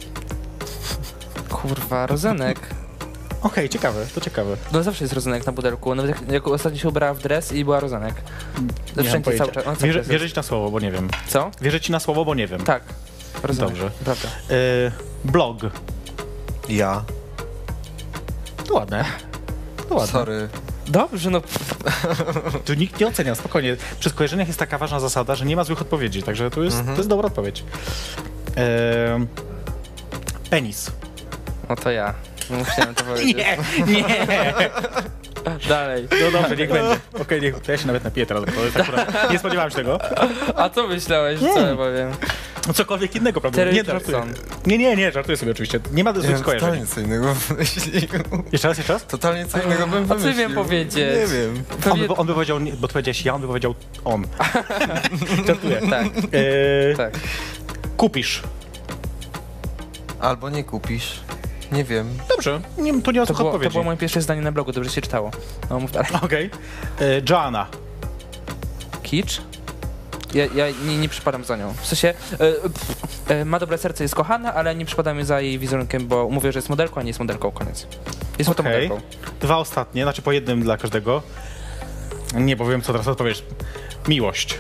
S3: Kurwa, Rozenek.
S1: Okej, ciekawe, to ciekawe.
S3: No zawsze jest Rozenek na pudelku, nawet jak, jak ostatnio się ubrała w dres i była Rozenek.
S1: Nie mam
S3: Wszędzie
S1: pojęcia.
S3: cały czas. No, cały
S1: Wierzę,
S3: czas
S1: wierzę
S3: jest.
S1: ci na słowo, bo nie wiem.
S3: Co?
S1: Wierzę ci na słowo, bo nie wiem.
S3: Tak. Rozenek.
S1: Dobrze.
S3: Prawda.
S1: E, blog.
S2: Ja.
S1: To ładne. To ładne.
S2: Sorry.
S3: Dobrze, no
S1: Tu nikt nie ocenia, spokojnie. Przy skojarzeniach jest taka ważna zasada, że nie ma złych odpowiedzi, także to jest,
S2: Mhm.
S1: to jest dobra odpowiedź. E, penis.
S3: No to ja. Musiałem to powiedzieć.
S1: Nie, nie.
S3: Dalej.
S1: No dobrze, niech będzie. Okej, okay, niech, to ja się nawet napiję teraz, bo to jest akurat, nie spodziewałem się tego.
S3: A co myślałeś, co ja powiem?
S1: Cokolwiek innego, prawda?
S3: Terry
S1: Nie, żartuję.
S3: Jackson.
S1: Nie, nie, nie, żartuję sobie oczywiście. Nie ma złych
S5: Ja
S1: skojarzeń.
S5: totalnie co innego wymyślił.
S1: Jeszcze raz, jeszcze raz?
S5: Totalnie co innego bym
S3: A co
S5: wymyślił.
S3: wiem powiedzieć?
S5: Nie wiem.
S1: On
S3: Pewnie...
S1: by, on by powiedział, nie, bo ty powiedziałeś ja, on by powiedział on. Żartuję.
S3: Tak,
S1: E,
S3: tak.
S1: Kupisz.
S5: Albo nie kupisz. Nie wiem.
S1: Dobrze, nie, to nie o
S3: To
S1: co
S3: było, to
S1: odpowiedzi.
S3: było moje pierwsze zdanie na blogu, dobrze się czytało. No mów dalej.
S1: Okej. Okay. Joanna.
S3: Kicz? Ja, ja nie, nie przypadam za nią. W sensie, e, pff, e, ma dobre serce, jest kochana, ale nie przypadam za jej wizerunkiem, bo mówię, że jest modelką, a nie jest modelką, koniec. Jest okay.
S1: Okej.
S3: modelką.
S1: Dwa ostatnie, znaczy po jednym dla każdego. Nie powiem, co teraz odpowiesz. Miłość.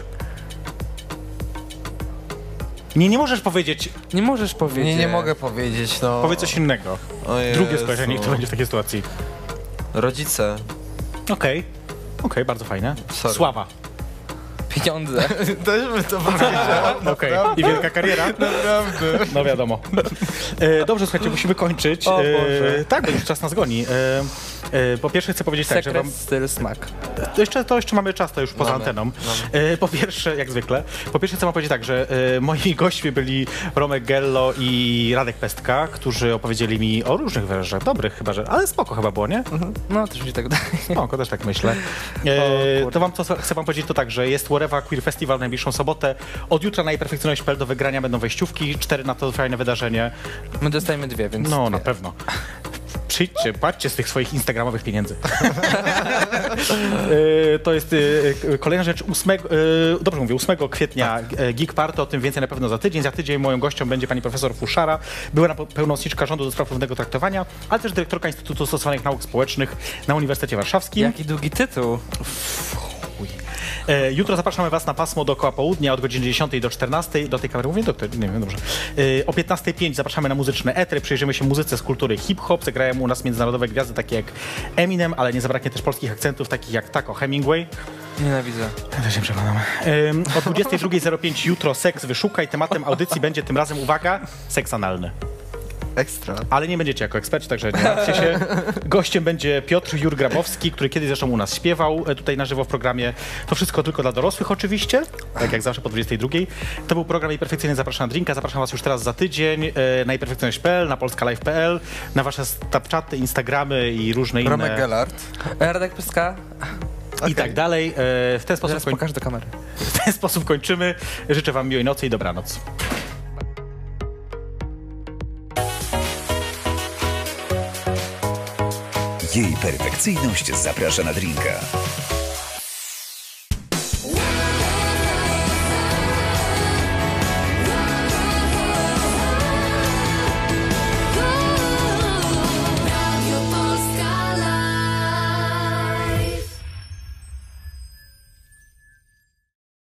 S1: Nie, nie możesz powiedzieć,
S3: Nie możesz powiedzieć.
S5: Nie, nie mogę powiedzieć, no.
S1: powiedz coś innego.
S5: O
S1: Drugie
S5: Jezu.
S1: skojarzenie, kto będzie w takiej sytuacji.
S5: Rodzice.
S1: Okej. Okay. Okej, okay, bardzo fajne.
S5: Sorry.
S1: Sława.
S3: Pieniądze.
S5: Też by to powiedział.
S1: Okej. Okay. I wielka kariera?
S5: Naprawdę.
S1: No wiadomo. E, dobrze, słuchajcie, musimy kończyć.
S3: O Boże.
S1: E, tak, bo już czas nas goni. E, e, po pierwsze chcę powiedzieć
S3: Sekret,
S1: tak, że wam...
S3: styl, smak.
S1: To jeszcze, to jeszcze mamy czas, to już poza
S5: Mamy,
S1: anteną.
S5: mamy.
S1: E, po pierwsze, jak zwykle, po pierwsze chcę wam powiedzieć tak, że e, moi gośćmi byli Romek Gello i Radek Pestka, którzy opowiedzieli mi o różnych wężach, dobrych chyba, że, ale spoko chyba było, nie?
S3: No, też mi się tak wydaje.
S1: Spoko, też tak myślę. E, to wam, co chcę wam powiedzieć to tak, że jest Whatever Queer Festival w najbliższą sobotę. Od jutra na najperfekcyjność kropka p l do wygrania będą wejściówki, cztery na to fajne wydarzenie.
S3: My dostajemy dwie, więc...
S1: No,
S3: dwie.
S1: na pewno. Przyjdźcie, płaccie z tych swoich instagramowych pieniędzy. E, to jest e, kolejna rzecz. ósmego, e, dobrze mówię, ósmego kwietnia tak. Geek Party, o tym więcej na pewno za tydzień. Za tydzień moją gością będzie pani profesor Fuszara, była pełnomocniczka rządu do spraw równego traktowania, ale też dyrektorka Instytutu Stosowanych Nauk Społecznych na Uniwersytecie Warszawskim.
S3: Jaki długi tytuł.
S1: E, jutro zapraszamy was na pasmo dookoła południa od godziny dziesiątej do czternastej. Do tej kamery mówię, doktor? Nie wiem, dobrze. E, o piętnastej pięć zapraszamy na muzyczne etry. Przyjrzymy się muzyce z kultury hip-hop. Zagrają u nas międzynarodowe gwiazdy takie jak Eminem, ale nie zabraknie też polskich akcentów takich jak Taco Hemingway.
S3: Nienawidzę.
S1: Ja też się przekonam. E, o dwudziestej drugiej zero pięć jutro Seks Wyszukaj. Tematem audycji będzie tym razem, uwaga, seks analny.
S5: Ekstra.
S1: Ale nie będziecie jako eksperci, także nie martwcie się. Gościem będzie Piotr Jurgrabowski, który kiedyś zresztą u nas śpiewał tutaj na żywo w programie. To wszystko tylko dla dorosłych oczywiście, tak jak zawsze po dwudziestej drugiej. To był program Jej Perfekcyjnej Zapraszam na Drinka. Zapraszam was już teraz za tydzień na jejperfekcyjność kropka p l, na polskalive kropka p l, na wasze Snapchaty, Instagramy i różne inne...
S5: Romek Gellard.
S3: Radek Pyska.
S1: I
S5: Okay.
S1: tak dalej. W ten sposób,
S3: Zaraz
S1: koń...
S3: pokażę do kamery.
S1: w ten sposób kończymy. Życzę wam miłej nocy i dobranoc.
S4: Jej perfekcyjność zaprasza na drinka.